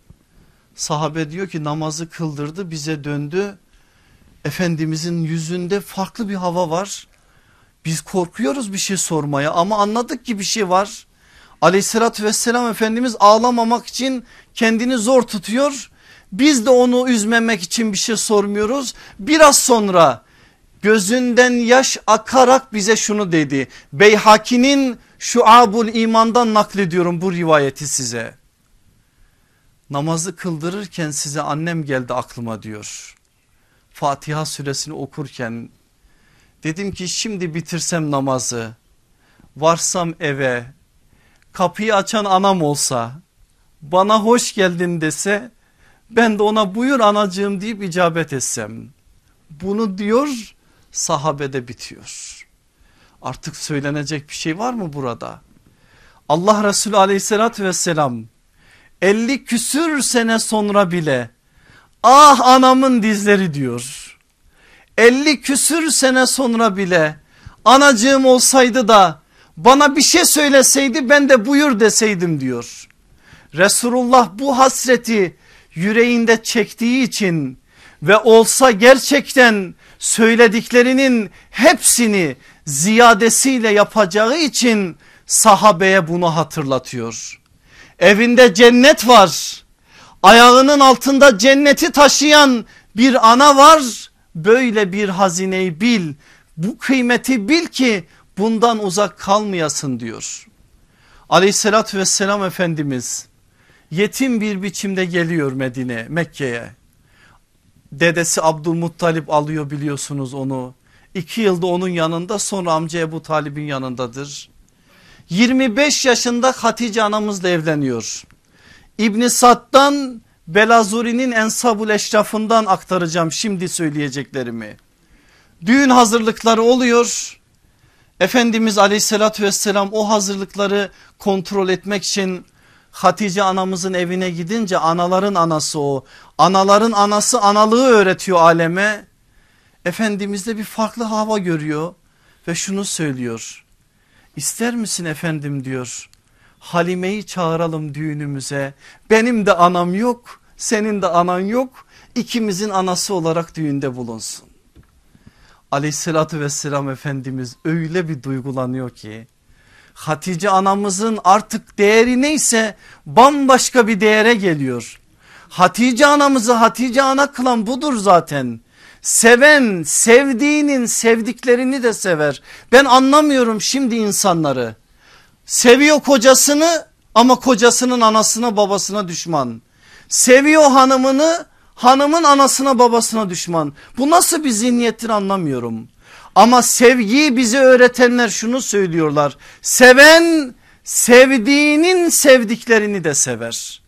Sahabe diyor ki namazı kıldırdı, bize döndü. Efendimizin yüzünde farklı bir hava var. Biz korkuyoruz bir şey sormaya ama anladık ki bir şey var. Aleyhissalatü vesselam Efendimiz ağlamamak için kendini zor tutuyor. Biz de onu üzmemek için bir şey sormuyoruz. Biraz sonra gözünden yaş akarak bize şunu dedi. Beyhaki'nin Şuabul İman'dan naklediyorum bu rivayeti size. Namazı kıldırırken size annem geldi aklıma diyor. Fatiha suresini okurken dedim ki şimdi bitirsem namazı, varsam eve, kapıyı açan anam olsa, bana hoş geldin dese, ben de ona buyur anacığım deyip icabet etsem. Bunu diyor, sahabede bitiyor. Artık söylenecek bir şey var mı burada? Allah Resulü aleyhissalatü vesselam 50 küsür sene sonra bile ah anamın dizleri diyor. 50 küsür sene sonra bile anacığım olsaydı da bana bir şey söyleseydi ben de buyur deseydim diyor. Resulullah bu hasreti yüreğinde çektiği için ve olsa gerçekten söylediklerinin hepsini ziyadesiyle yapacağı için sahabeye bunu hatırlatıyor. Evinde cennet var, ayağının altında cenneti taşıyan bir ana var. Böyle bir hazineyi bil, bu kıymeti bil ki bundan uzak kalmayasın diyor. Aleyhissalatü vesselam Efendimiz yetim bir biçimde geliyor Mekke'ye. Dedesi Abdülmuttalip alıyor biliyorsunuz onu. 2 yılda onun yanında, sonra amca Ebu Talib'in yanındadır. 25 yaşında Hatice anamızla evleniyor. İbn Sad'dan, Belazuri'nin Ensabul Eşraf'ından aktaracağım şimdi söyleyeceklerimi. Düğün hazırlıkları oluyor. Efendimiz aleyhissalatü vesselam o hazırlıkları kontrol etmek için Hatice anamızın evine gidince, anaların anası o. Anaların anası analığı öğretiyor aleme. Efendimiz de bir farklı hava görüyor ve şunu söylüyor. İster misin efendim diyor, Halime'yi çağıralım düğünümüze. Benim de anam yok, senin de anan yok. İkimizin anası olarak düğünde bulunsun. Aleyhissalatü vesselam Efendimiz öyle bir duygulanıyor ki Hatice anamızın artık değeri neyse bambaşka bir değere geliyor. Hatice anamızı Hatice ana kılan budur zaten. Seven sevdiğinin sevdiklerini de sever. Ben anlamıyorum şimdi insanları. Seviyor kocasını ama kocasının anasına babasına düşman. Seviyor hanımını, hanımın anasına babasına düşman. Bu nasıl bir zihniyettir anlamıyorum. Ama sevgiyi bize öğretenler şunu söylüyorlar. Seven sevdiğinin sevdiklerini de sever.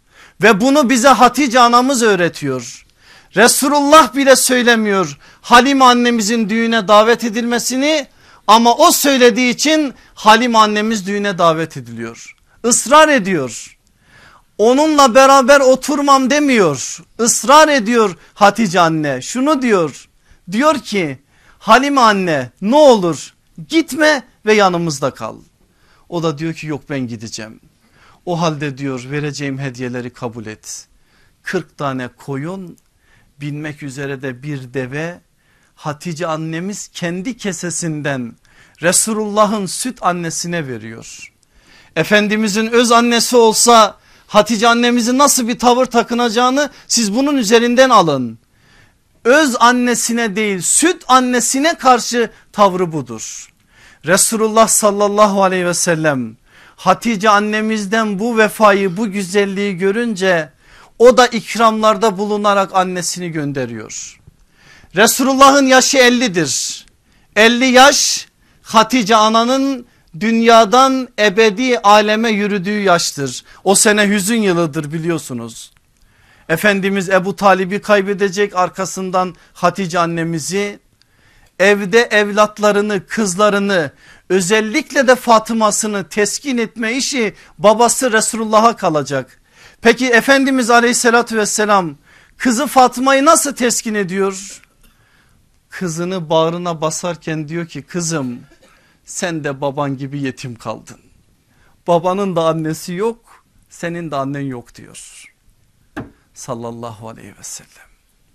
Ve bunu bize Hatice anamız öğretiyor. Resulullah bile söylemiyor Halime annemizin düğüne davet edilmesini, ama o söylediği için Halime annemiz düğüne davet ediliyor. Israr ediyor. Onunla beraber oturmam demiyor. Israr ediyor Hatice anne. Şunu diyor. Diyor ki Halime anne ne olur gitme ve yanımızda kal. O da diyor ki yok ben gideceğim. O halde diyor vereceğim hediyeleri kabul et. 40 tane koyun, binmek üzere de bir deve. Hatice annemiz kendi kesesinden Resulullah'ın süt annesine veriyor. Efendimizin öz annesi olsa Hatice annemizin nasıl bir tavır takınacağını siz bunun üzerinden alın. Öz annesine değil süt annesine karşı tavrı budur. Resulullah sallallahu aleyhi ve sellem Hatice annemizden bu vefayı, bu güzelliği görünce o da ikramlarda bulunarak annesini gönderiyor. Resulullah'ın yaşı 50'dir. 50 yaş Hatice ananın dünyadan ebedi aleme yürüdüğü yaştır. O sene hüzün yılıdır biliyorsunuz. Efendimiz Ebu Talib'i kaybedecek, arkasından Hatice annemizi, evde evlatlarını, kızlarını, özellikle de Fatıma'sını teskin etme işi babası Resulullah'a kalacak. Peki Efendimiz aleyhissalatü vesselam kızı Fatıma'yı nasıl teskin ediyor? Kızını bağrına basarken diyor ki kızım sen de baban gibi yetim kaldın. Babanın da annesi yok, senin de annen yok diyor. Sallallahu aleyhi ve sellem.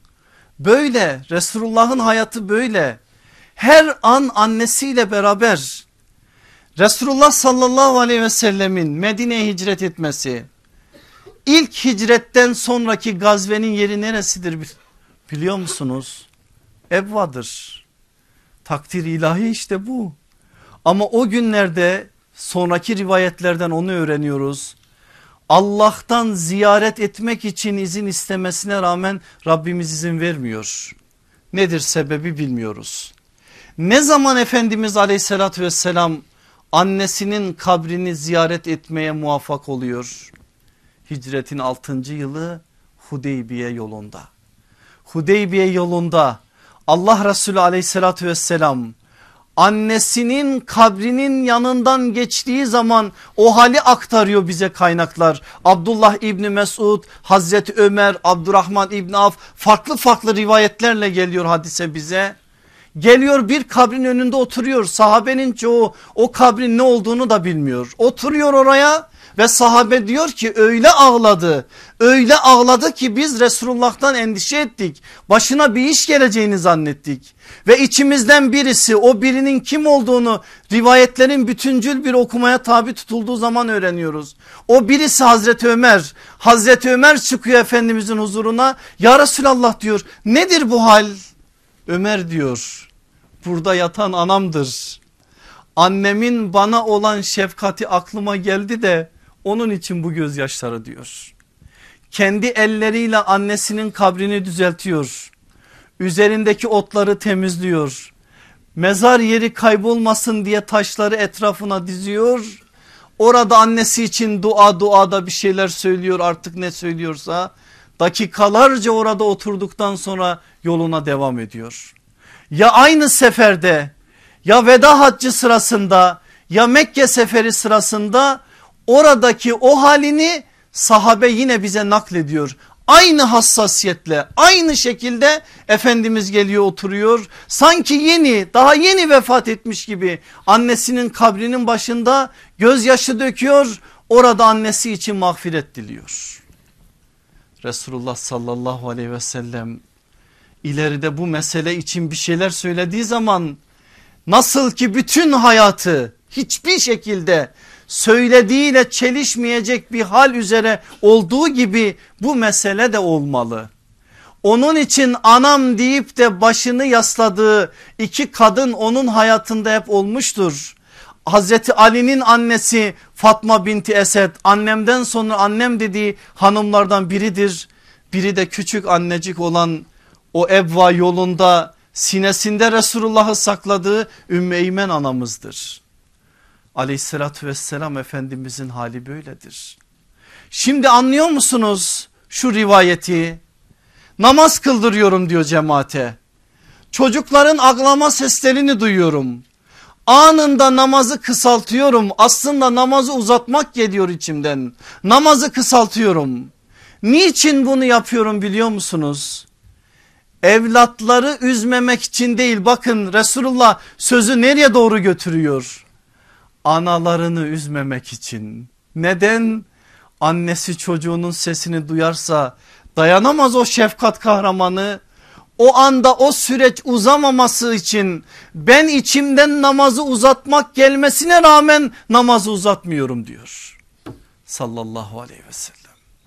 Böyle Resulullah'ın hayatı böyle. Her an annesiyle beraber. Resulullah sallallahu aleyhi ve sellemin Medine'ye hicret etmesi, ilk hicretten sonraki gazvenin yeri neresidir biliyor musunuz? Ebva'dır. Takdir ilahi işte bu. Ama o günlerde sonraki rivayetlerden onu öğreniyoruz. Allah'tan ziyaret etmek için izin istemesine rağmen Rabbimiz izin vermiyor. Nedir sebebi bilmiyoruz. Ne zaman Efendimiz aleyhissalatü vesselam annesinin kabrini ziyaret etmeye muvaffak oluyor? Hicretin 6. yılı Hudeybiye yolunda. Hudeybiye yolunda Allah Resulü aleyhissalatü vesselam annesinin kabrinin yanından geçtiği zaman o hali aktarıyor bize kaynaklar. Abdullah İbni Mesud, Hazreti Ömer, Abdurrahman İbni Avf farklı rivayetlerle geliyor hadise bize. Geliyor bir kabrin önünde oturuyor, sahabenin çoğu o kabrin ne olduğunu da bilmiyor. Oturuyor oraya ve sahabe diyor ki öyle ağladı ki biz Resulullah'tan endişe ettik. Başına bir iş geleceğini zannettik. Ve içimizden birisi, o birinin kim olduğunu rivayetlerin bütüncül bir okumaya tabi tutulduğu zaman öğreniyoruz. O birisi Hazreti Ömer. Hazreti Ömer çıkıyor Efendimizin huzuruna. Ya Resulallah diyor, nedir bu hal? Ömer diyor, burada yatan anamdır. Annemin bana olan şefkati aklıma geldi de onun için bu gözyaşları diyor. Kendi elleriyle annesinin kabrini düzeltiyor. Üzerindeki otları temizliyor. Mezar yeri kaybolmasın diye taşları etrafına diziyor. Orada annesi için duada bir şeyler söylüyor, artık ne söylüyorsa. Dakikalarca orada oturduktan sonra yoluna devam ediyor. Ya aynı seferde, ya veda haccı sırasında, ya Mekke seferi sırasında oradaki o halini sahabe yine bize naklediyor. Aynı hassasiyetle, aynı şekilde Efendimiz geliyor, oturuyor. Sanki daha yeni vefat etmiş gibi annesinin kabrinin başında gözyaşı döküyor. Orada annesi için mağfiret diliyor. Resulullah sallallahu aleyhi ve sellem ileride bu mesele için bir şeyler söylediği zaman, nasıl ki bütün hayatı hiçbir şekilde söylediğiyle çelişmeyecek bir hal üzere olduğu gibi bu mesele de olmalı. Onun için anam deyip de başını yasladığı iki kadın onun hayatında hep olmuştur. Hazreti Ali'nin annesi Fatma binti Esed, annemden sonra annem dediği hanımlardan biridir. Biri de küçük annecik olan o Ebva yolunda sinesinde Resulullah'ı sakladığı Ümmü Eymen anamızdır. Aleyhissalatü vesselam Efendimizin hali böyledir. Şimdi anlıyor musunuz şu rivayeti? Namaz kıldırıyorum diyor cemaate. Çocukların ağlama seslerini duyuyorum. Anında namazı kısaltıyorum. Aslında namazı uzatmak geliyor içimden. Namazı kısaltıyorum. Niçin bunu yapıyorum biliyor musunuz? Evlatları üzmemek için değil. Bakın Resulullah sözü nereye doğru götürüyor? Analarını üzmemek için. Neden? Annesi çocuğunun sesini duyarsa dayanamaz o şefkat kahramanı. O anda o süreç uzamaması için ben içimden namazı uzatmak gelmesine rağmen namazı uzatmıyorum diyor. Sallallahu aleyhi ve sellem.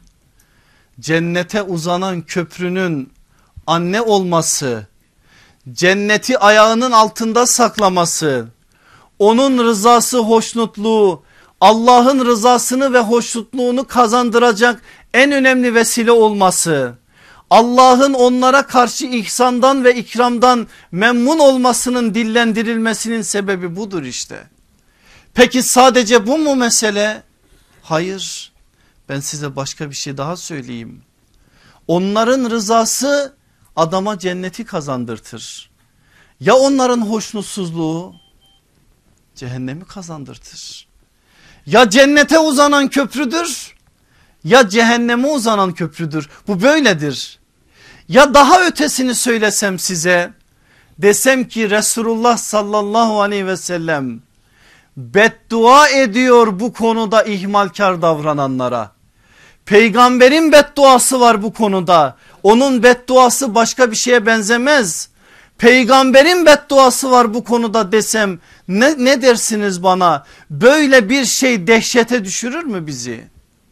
Cennete uzanan köprünün anne olması, cenneti ayağının altında saklaması, onun rızası, hoşnutluğu, Allah'ın rızasını ve hoşnutluğunu kazandıracak en önemli vesile olması, Allah'ın onlara karşı ihsandan ve ikramdan memnun olmasının dillendirilmesinin sebebi budur işte. Peki sadece bu mu mesele? Hayır, ben size başka bir şey daha söyleyeyim. Onların rızası adama cenneti kazandırtır. Ya onların hoşnutsuzluğu? Cehennemi kazandırtır. Ya cennete uzanan köprüdür ya cehenneme uzanan köprüdür. Bu böyledir. Ya daha ötesini söylesem size, desem ki Resulullah sallallahu aleyhi ve sellem beddua ediyor bu konuda ihmalkar davrananlara. Peygamberin bedduası var bu konuda. Onun bedduası başka bir şeye benzemez. Peygamberin bedduası var bu konuda desem ne dersiniz bana? Böyle bir şey dehşete düşürür mü bizi?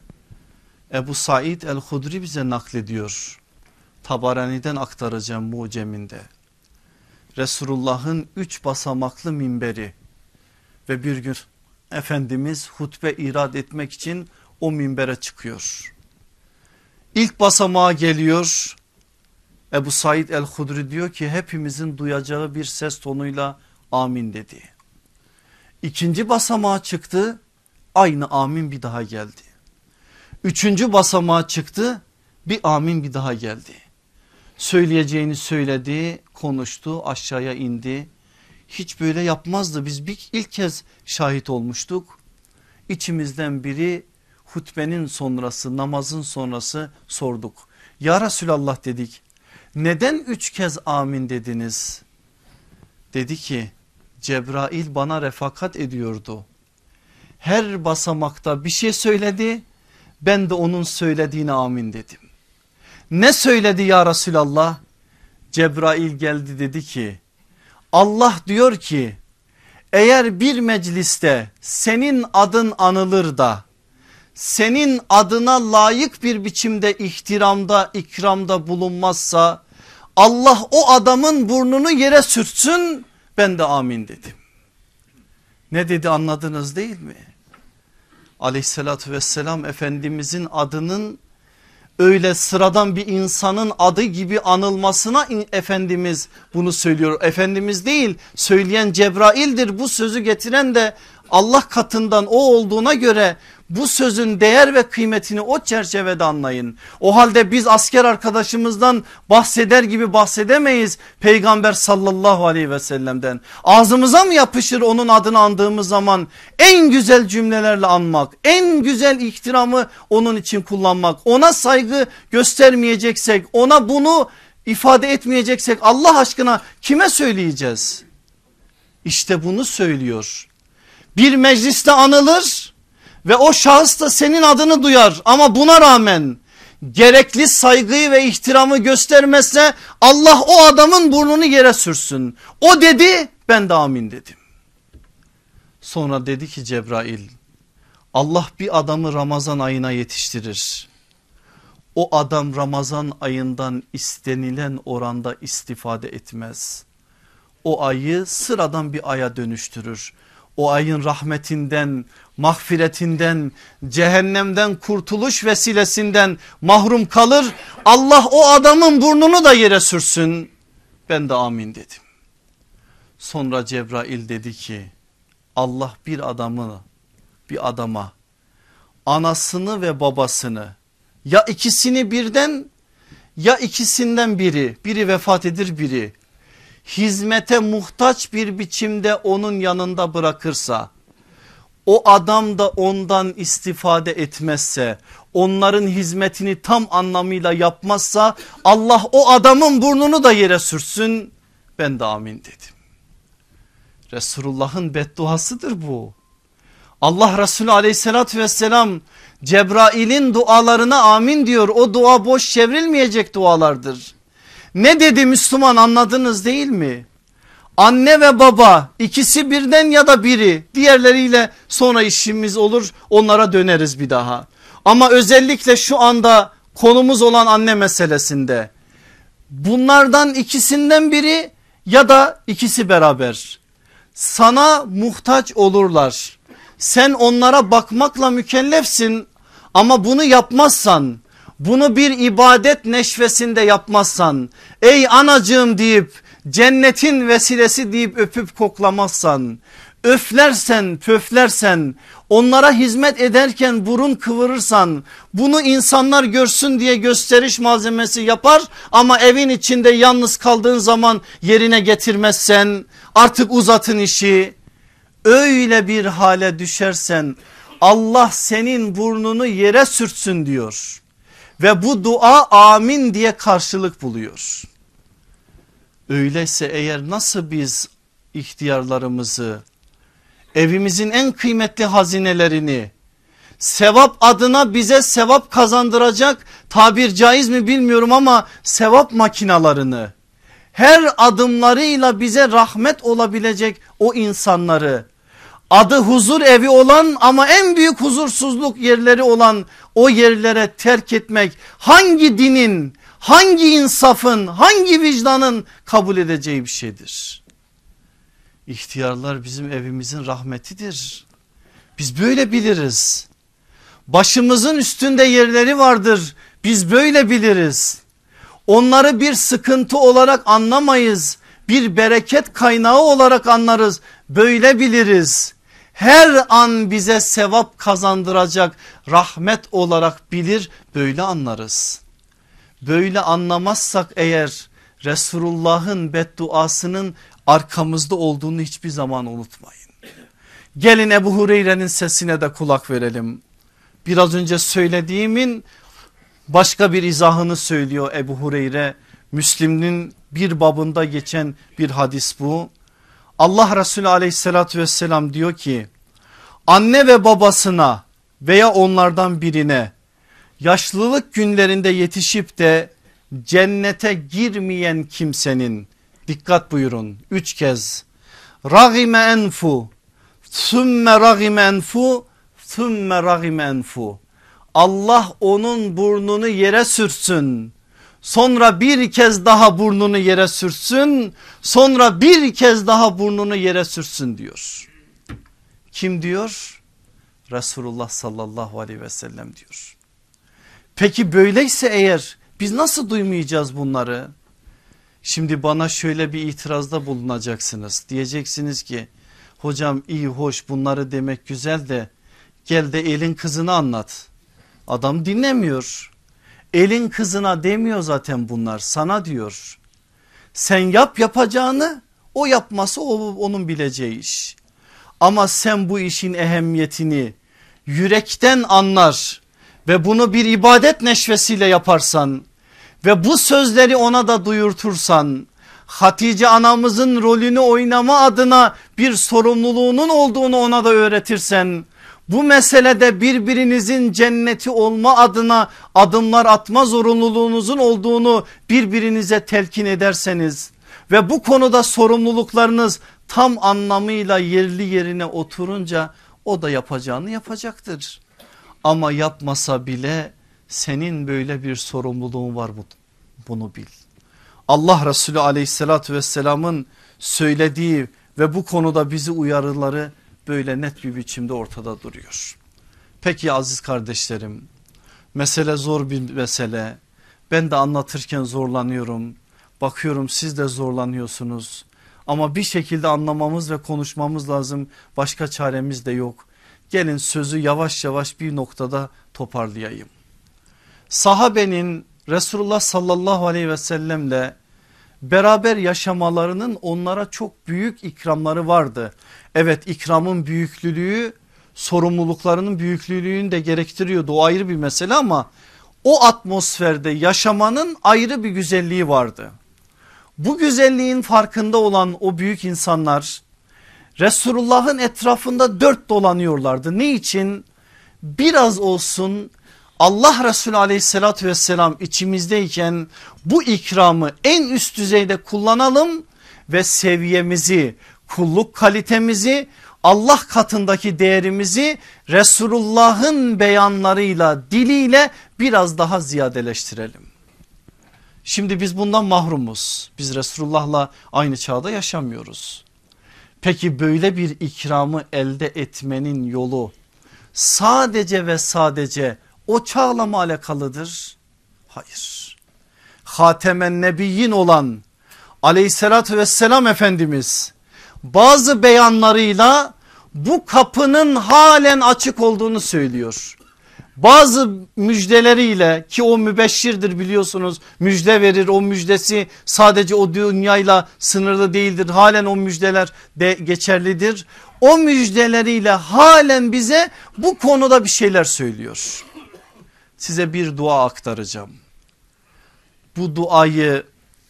Ebu Said el-Hudri bize naklediyor. Tabarani'den aktaracağım muceminde. Resulullah'ın 3 basamaklı minberi ve bir gün Efendimiz hutbe irad etmek için o minbere çıkıyor. İlk basamağa geliyor. Ebu Said el-Hudri diyor ki hepimizin duyacağı bir ses tonuyla amin dedi. İkinci basamağa çıktı, aynı amin bir daha geldi. Üçüncü basamağa çıktı, bir amin bir daha geldi. Söyleyeceğini söyledi, konuştu, aşağıya indi. Hiç böyle yapmazdı, biz ilk kez şahit olmuştuk. İçimizden biri hutbenin sonrası, namazın sonrası sorduk. Ya Resulallah dedik, neden 3 kez amin dediniz? Dedi ki Cebrail bana refakat ediyordu. Her basamakta bir şey söyledi, ben de onun söylediğine amin dedim. Ne söyledi ya Resulallah? Cebrail geldi dedi ki Allah diyor ki eğer bir mecliste senin adın anılır da senin adına layık bir biçimde ihtiramda, ikramda bulunmazsa Allah o adamın burnunu yere sürtsün, ben de amin dedim. Ne dedi anladınız değil mi? Aleyhissalatü vesselam Efendimizin adının öyle sıradan bir insanın adı gibi anılmasına Efendimiz bunu söylüyor. Efendimiz değil, söyleyen Cebrail'dir, bu sözü getiren de Allah katından o olduğuna göre bu sözün değer ve kıymetini o çerçevede anlayın. O halde biz asker arkadaşımızdan bahseder gibi bahsedemeyiz Peygamber sallallahu aleyhi ve sellem'den. Ağzımıza mı yapışır onun adını andığımız zaman en güzel cümlelerle anmak, en güzel ihtiramı onun için kullanmak, ona saygı göstermeyeceksek, ona bunu ifade etmeyeceksek Allah aşkına kime söyleyeceğiz? İşte bunu söylüyor. Bir mecliste anılır ve o şahıs da senin adını duyar ama buna rağmen gerekli saygıyı ve ihtiramı göstermezse Allah o adamın burnunu yere sürsün. O dedi, ben de amin dedim. Sonra dedi ki Cebrail, Allah bir adamı Ramazan ayına yetiştirir. O adam Ramazan ayından istenilen oranda istifade etmez. O ayı sıradan bir aya dönüştürür. O ayın rahmetinden, mağfiretinden, cehennemden kurtuluş vesilesinden mahrum kalır. Allah o adamın burnunu da yere sürsün. Ben de amin dedim. Sonra Cebrail dedi ki Allah bir adama anasını ve babasını, ya ikisini birden ya ikisinden biri vefat edir, biri hizmete muhtaç bir biçimde onun yanında bırakırsa, o adam da ondan istifade etmezse, onların hizmetini tam anlamıyla yapmazsa Allah o adamın burnunu da yere sürsün, ben de amin dedim. Resulullah'ın bedduasıdır bu. Allah Resulü aleyhissalatü vesselam Cebrail'in dualarına amin diyor. O dua boş çevrilmeyecek dualardır. Ne dedi Müslüman, anladınız değil mi? Anne ve baba, ikisi birden ya da biri, diğerleriyle sonra işimiz olur, onlara döneriz bir daha. Ama özellikle şu anda konumuz olan anne meselesinde bunlardan ikisinden biri ya da ikisi beraber sana muhtaç olurlar. Sen onlara bakmakla mükellefsin ama bunu yapmazsan, bunu bir ibadet neşvesinde yapmazsan, ey anacığım deyip cennetin vesilesi deyip öpüp koklamazsan, öflersen pöflersen, onlara hizmet ederken burun kıvırırsan, bunu insanlar görsün diye gösteriş malzemesi yapar ama evin içinde yalnız kaldığın zaman yerine getirmezsen, artık uzatın işi, öyle bir hale düşersen Allah senin burnunu yere sürtsün diyor ve bu dua amin diye karşılık buluyor. Öyleyse eğer nasıl biz ihtiyarlarımızı, evimizin en kıymetli hazinelerini, sevap adına bize sevap kazandıracak, tabir caiz mi bilmiyorum ama sevap makinalarını, her adımlarıyla bize rahmet olabilecek o insanları, adı huzur evi olan ama en büyük huzursuzluk yerleri olan o yerlere terk etmek hangi dinin, hangi insafın, hangi vicdanın kabul edeceği bir şeydir? İhtiyarlar bizim evimizin rahmetidir. Biz böyle biliriz. Başımızın üstünde yerleri vardır. Biz böyle biliriz. Onları bir sıkıntı olarak anlamayız. Bir bereket kaynağı olarak anlarız. Böyle biliriz. Her an bize sevap kazandıracak rahmet olarak bilir, böyle anlarız. Böyle anlamazsak eğer Resulullah'ın bedduasının arkamızda olduğunu hiçbir zaman unutmayın. Gelin Ebu Hureyre'nin sesine de kulak verelim. Biraz önce söylediğimin başka bir izahını söylüyor Ebu Hureyre. Müslim'in bir babında geçen bir hadis bu. Allah Resulü aleyhissalatü vesselam diyor ki, anne ve babasına veya onlardan birine yaşlılık günlerinde yetişip de cennete girmeyen kimsenin, dikkat buyurun 3 kez, ragime enfu, thumme ragime enfu, thumme ragime enfu, Allah onun burnunu yere sürsün, sonra bir kez daha burnunu yere sürsün, sonra bir kez daha burnunu yere sürsün diyor. Kim diyor? Resulullah sallallahu aleyhi ve sellem diyor. Peki böyleyse eğer biz nasıl duymayacağız bunları? Şimdi bana şöyle bir itirazda bulunacaksınız. Diyeceksiniz ki hocam iyi hoş bunları demek güzel de gel de elin kızını anlat. Adam dinlemiyor. Elin kızına demiyor zaten bunlar, sana diyor. Sen yap yapacağını, o yapması onun bileceği iş. Ama sen bu işin ehemmiyetini yürekten anlar ve bunu bir ibadet neşvesiyle yaparsan ve bu sözleri ona da duyurtursan, Hatice anamızın rolünü oynama adına bir sorumluluğunun olduğunu ona da öğretirsen, bu meselede birbirinizin cenneti olma adına adımlar atma zorunluluğunuzun olduğunu birbirinize telkin ederseniz ve bu konuda sorumluluklarınız tam anlamıyla yerli yerine oturunca o da yapacağını yapacaktır. Ama yapmasa bile senin böyle bir sorumluluğun var, bunu bil. Allah Resulü aleyhissalatü vesselamın söylediği ve bu konuda bizi uyarıları böyle net bir biçimde ortada duruyor. Peki aziz kardeşlerim, mesele zor bir mesele. Ben de anlatırken zorlanıyorum. Bakıyorum siz de zorlanıyorsunuz. Ama bir şekilde anlamamız ve konuşmamız lazım. Başka çaremiz de yok. Gelin sözü yavaş yavaş bir noktada toparlayayım. Sahabenin Resulullah sallallahu aleyhi ve sellemle beraber yaşamalarının onlara çok büyük ikramları vardı. Evet, ikramın büyüklüğü sorumluluklarının büyüklüğünü de gerektiriyordu, o ayrı bir mesele, ama o atmosferde yaşamanın ayrı bir güzelliği vardı. Bu güzelliğin farkında olan o büyük insanlar Resulullah'ın etrafında dört dolanıyorlardı. Ne için? Biraz olsun Allah Resulü aleyhissalatü vesselam içimizdeyken bu ikramı en üst düzeyde kullanalım ve seviyemizi, kulluk kalitemizi, Allah katındaki değerimizi Resulullah'ın beyanlarıyla, diliyle biraz daha ziyadeleştirelim. Şimdi biz bundan mahrumuz. Biz Resulullah'la aynı çağda yaşamıyoruz. Peki böyle bir ikramı elde etmenin yolu sadece ve sadece o çağla mı alakalıdır? Hayır. Hatemen Nebiyyin olan aleyhissalatü vesselam Efendimiz bazı beyanlarıyla bu kapının halen açık olduğunu söylüyor. Bazı müjdeleriyle, ki o mübeşşirdir biliyorsunuz, müjde verir, o müjdesi sadece o dünyayla sınırlı değildir, halen o müjdeler de geçerlidir. O müjdeleriyle halen bize bu konuda bir şeyler söylüyor. Size bir dua aktaracağım. Bu duayı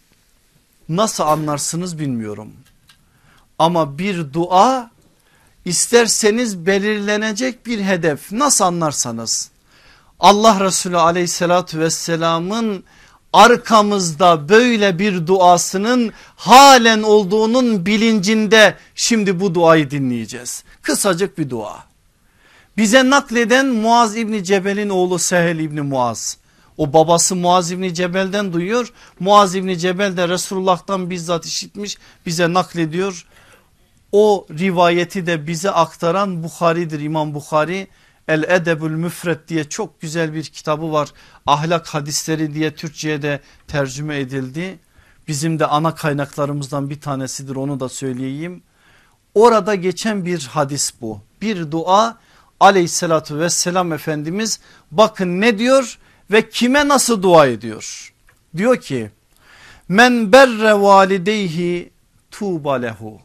nasıl anlarsınız bilmiyorum, ama bir dua isterseniz belirlenecek bir hedef, nasıl anlarsanız. Allah Resulü aleyhissalatü vesselamın arkamızda böyle bir duasının halen olduğunun bilincinde şimdi bu duayı dinleyeceğiz. Kısacık bir dua. Bize nakleden Muaz İbni Cebel'in oğlu Sehel İbni Muaz. O babası Muaz İbni Cebel'den duyuyor. Muaz İbni Cebel de Resulullah'tan bizzat işitmiş, bize naklediyor. O rivayeti de bize aktaran Bukhari'dir, İmam Bukhari. El Edebül Müfred diye çok güzel bir kitabı var. Ahlak hadisleri diye Türkçe'ye de tercüme edildi. Bizim de ana kaynaklarımızdan bir tanesidir, onu da söyleyeyim. Orada geçen bir hadis bu. Bir dua, aleyhissalatü vesselam Efendimiz bakın ne diyor ve kime nasıl dua ediyor. Diyor ki men berre valideyhi tuğba lehu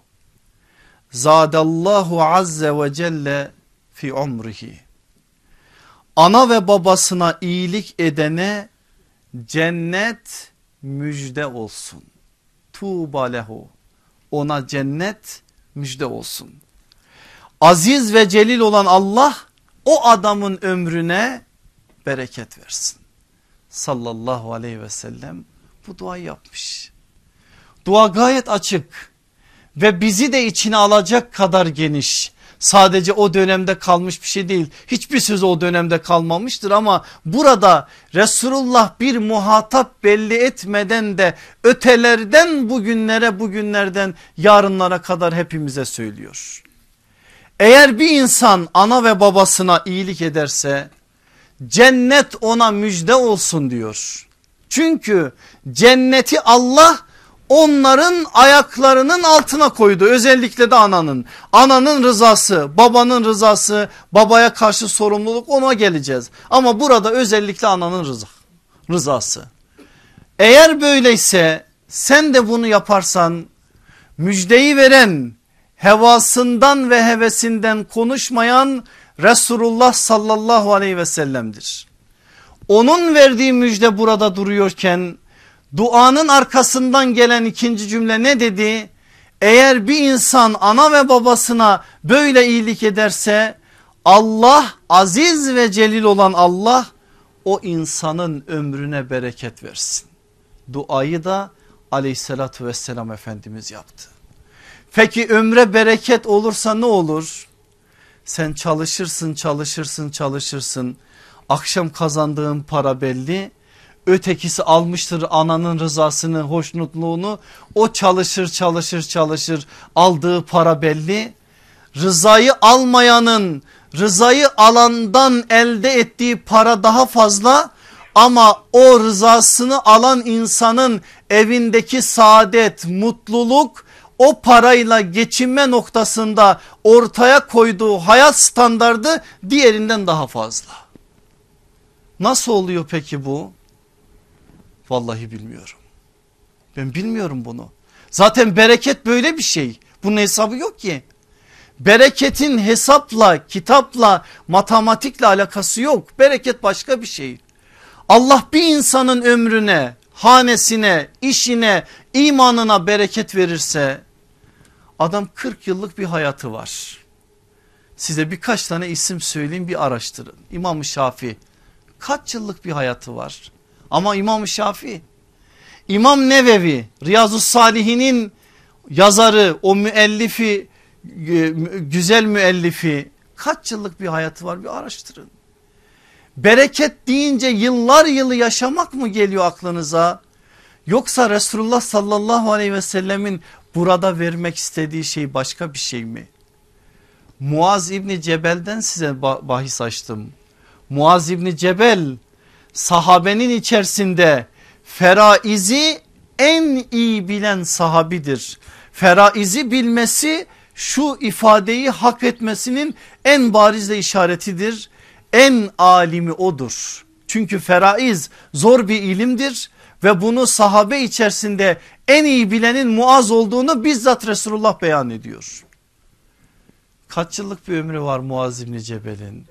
zadallahu azze ve celle fi umrihi. Ana ve babasına iyilik edene cennet müjde olsun. Tuğba lehu, ona cennet müjde olsun. Aziz ve celil olan Allah o adamın ömrüne bereket versin. Sallallahu aleyhi ve sellem bu duayı yapmış. Dua gayet açık ve bizi de içine alacak kadar geniş. Sadece o dönemde kalmış bir şey değil. Hiçbir söz o dönemde kalmamıştır, ama burada Resulullah bir muhatap belli etmeden de ötelerden bugünlere, bugünlerden yarınlara kadar hepimize söylüyor. Eğer bir insan ana ve babasına iyilik ederse cennet ona müjde olsun diyor. Çünkü cenneti Allah onların ayaklarının altına koydu, özellikle de ananın. Ananın rızası, babanın rızası, babaya karşı sorumluluk, ona geleceğiz. Ama burada özellikle ananın rızası. Eğer böyleyse sen de bunu yaparsan müjdeyi veren, hevasından ve hevesinden konuşmayan Resulullah sallallahu aleyhi ve sellem'dir. Onun verdiği müjde burada duruyorken duanın arkasından gelen ikinci cümle ne dedi? Eğer bir insan ana ve babasına böyle iyilik ederse Allah, aziz ve celil olan Allah o insanın ömrüne bereket versin. Duayı da aleyhissalatü vesselam Efendimiz yaptı. Peki ömre bereket olursa ne olur? Sen çalışırsın. Akşam kazandığın para belli. Ötekisi almıştır ananın rızasını, hoşnutluğunu. O çalışır. Aldığı para belli. Rızayı almayanın rızayı alandan elde ettiği para daha fazla. Ama o rızasını alan insanın evindeki saadet, mutluluk o parayla geçinme noktasında ortaya koyduğu hayat standardı diğerinden daha fazla. Nasıl oluyor peki bu? Vallahi bilmiyorum. Ben bilmiyorum bunu. Zaten bereket böyle bir şey. Bunun hesabı yok ki. Bereketin hesapla, kitapla, matematikle alakası yok. Bereket başka bir şey. Allah bir insanın ömrüne, hanesine, işine, imanına bereket verirse adam 40 yıllık bir hayatı var. Size birkaç tane isim söyleyeyim, bir araştırın. İmam-ı Şafii kaç yıllık bir hayatı var? Ama İmam-ı Şafii, İmam Nevevi, Riyazu's-Salihin'in yazarı, o müellifi, güzel müellifi, kaç yıllık bir hayatı var, bir araştırın. Bereket deyince yıllar yılı yaşamak mı geliyor aklınıza? Yoksa Resulullah sallallahu aleyhi ve sellemin burada vermek istediği şey başka bir şey mi? Muaz İbni Cebel'den size bahis açtım. Muaz İbni Cebel sahabenin içerisinde feraizi en iyi bilen sahabidir. Feraizi bilmesi şu ifadeyi hak etmesinin en bariz de işaretidir. En alimi odur. Çünkü feraiz zor bir ilimdir ve bunu sahabe içerisinde en iyi bilenin Muaz olduğunu bizzat Resulullah beyan ediyor. Kaç yıllık bir ömrü var Muaz İbni Cebel'in?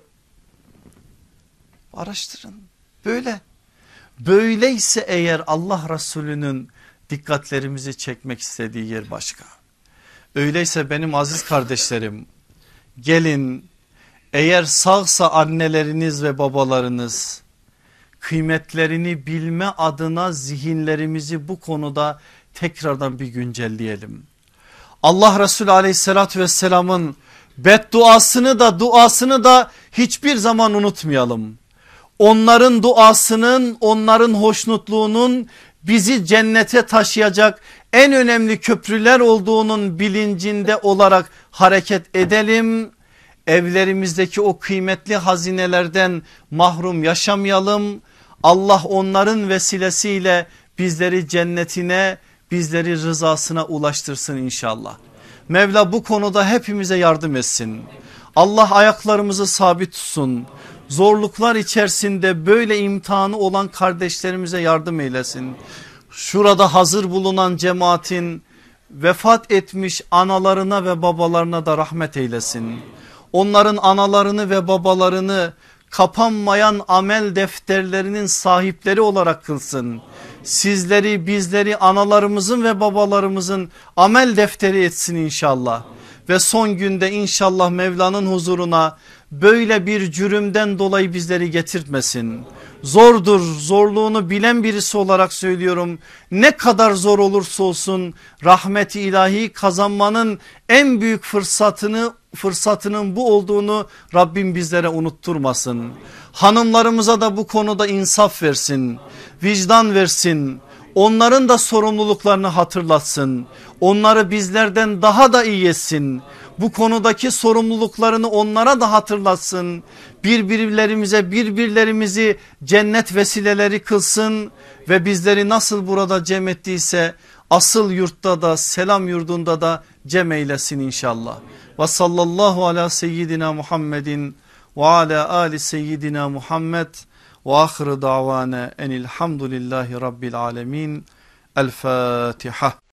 Araştırın. Böyle. Böyleyse eğer Allah Resulü'nün dikkatlerimizi çekmek istediği yer başka. Öyleyse benim aziz kardeşlerim, gelin, eğer sağsa anneleriniz ve babalarınız, kıymetlerini bilme adına zihinlerimizi bu konuda tekrardan bir güncelleyelim. Allah Resulü aleyhissalatü vesselamın bedduasını da duasını da hiçbir zaman unutmayalım. Onların duasının, onların hoşnutluğunun bizi cennete taşıyacak en önemli köprüler olduğunun bilincinde olarak hareket edelim. Evlerimizdeki o kıymetli hazinelerden mahrum yaşamayalım. Allah onların vesilesiyle bizleri cennetine, bizleri rızasına ulaştırsın inşallah. Mevla bu konuda hepimize yardım etsin. Allah ayaklarımızı sabit tutsun. Zorluklar içerisinde böyle imtihanı olan kardeşlerimize yardım eylesin. Şurada hazır bulunan cemaatin vefat etmiş analarına ve babalarına da rahmet eylesin. Onların analarını ve babalarını kapanmayan amel defterlerinin sahipleri olarak kılsın. Sizleri, bizleri analarımızın ve babalarımızın amel defteri etsin inşallah. Ve son günde inşallah Mevla'nın huzuruna böyle bir cürümden dolayı bizleri getirtmesin. Zordur, zorluğunu bilen birisi olarak söylüyorum. Ne kadar zor olursa olsun rahmeti ilahi kazanmanın en büyük fırsatının bu olduğunu Rabbim bizlere unutturmasın. Hanımlarımıza da bu konuda insaf versin, vicdan versin. Onların da sorumluluklarını hatırlatsın. Onları bizlerden daha da iyi etsin. Bu konudaki sorumluluklarını onlara da hatırlatsın. Birbirlerimizi cennet vesileleri kılsın ve bizleri nasıl burada cem ettiyse asıl yurtta da selam yurdunda da cem eylesin inşallah. Ve sallallahu ala seyyidina Muhammedin ve ala ali seyyidina Muhammed ve ahire davana enilhamdülillahi rabbil alemin. El Fatiha.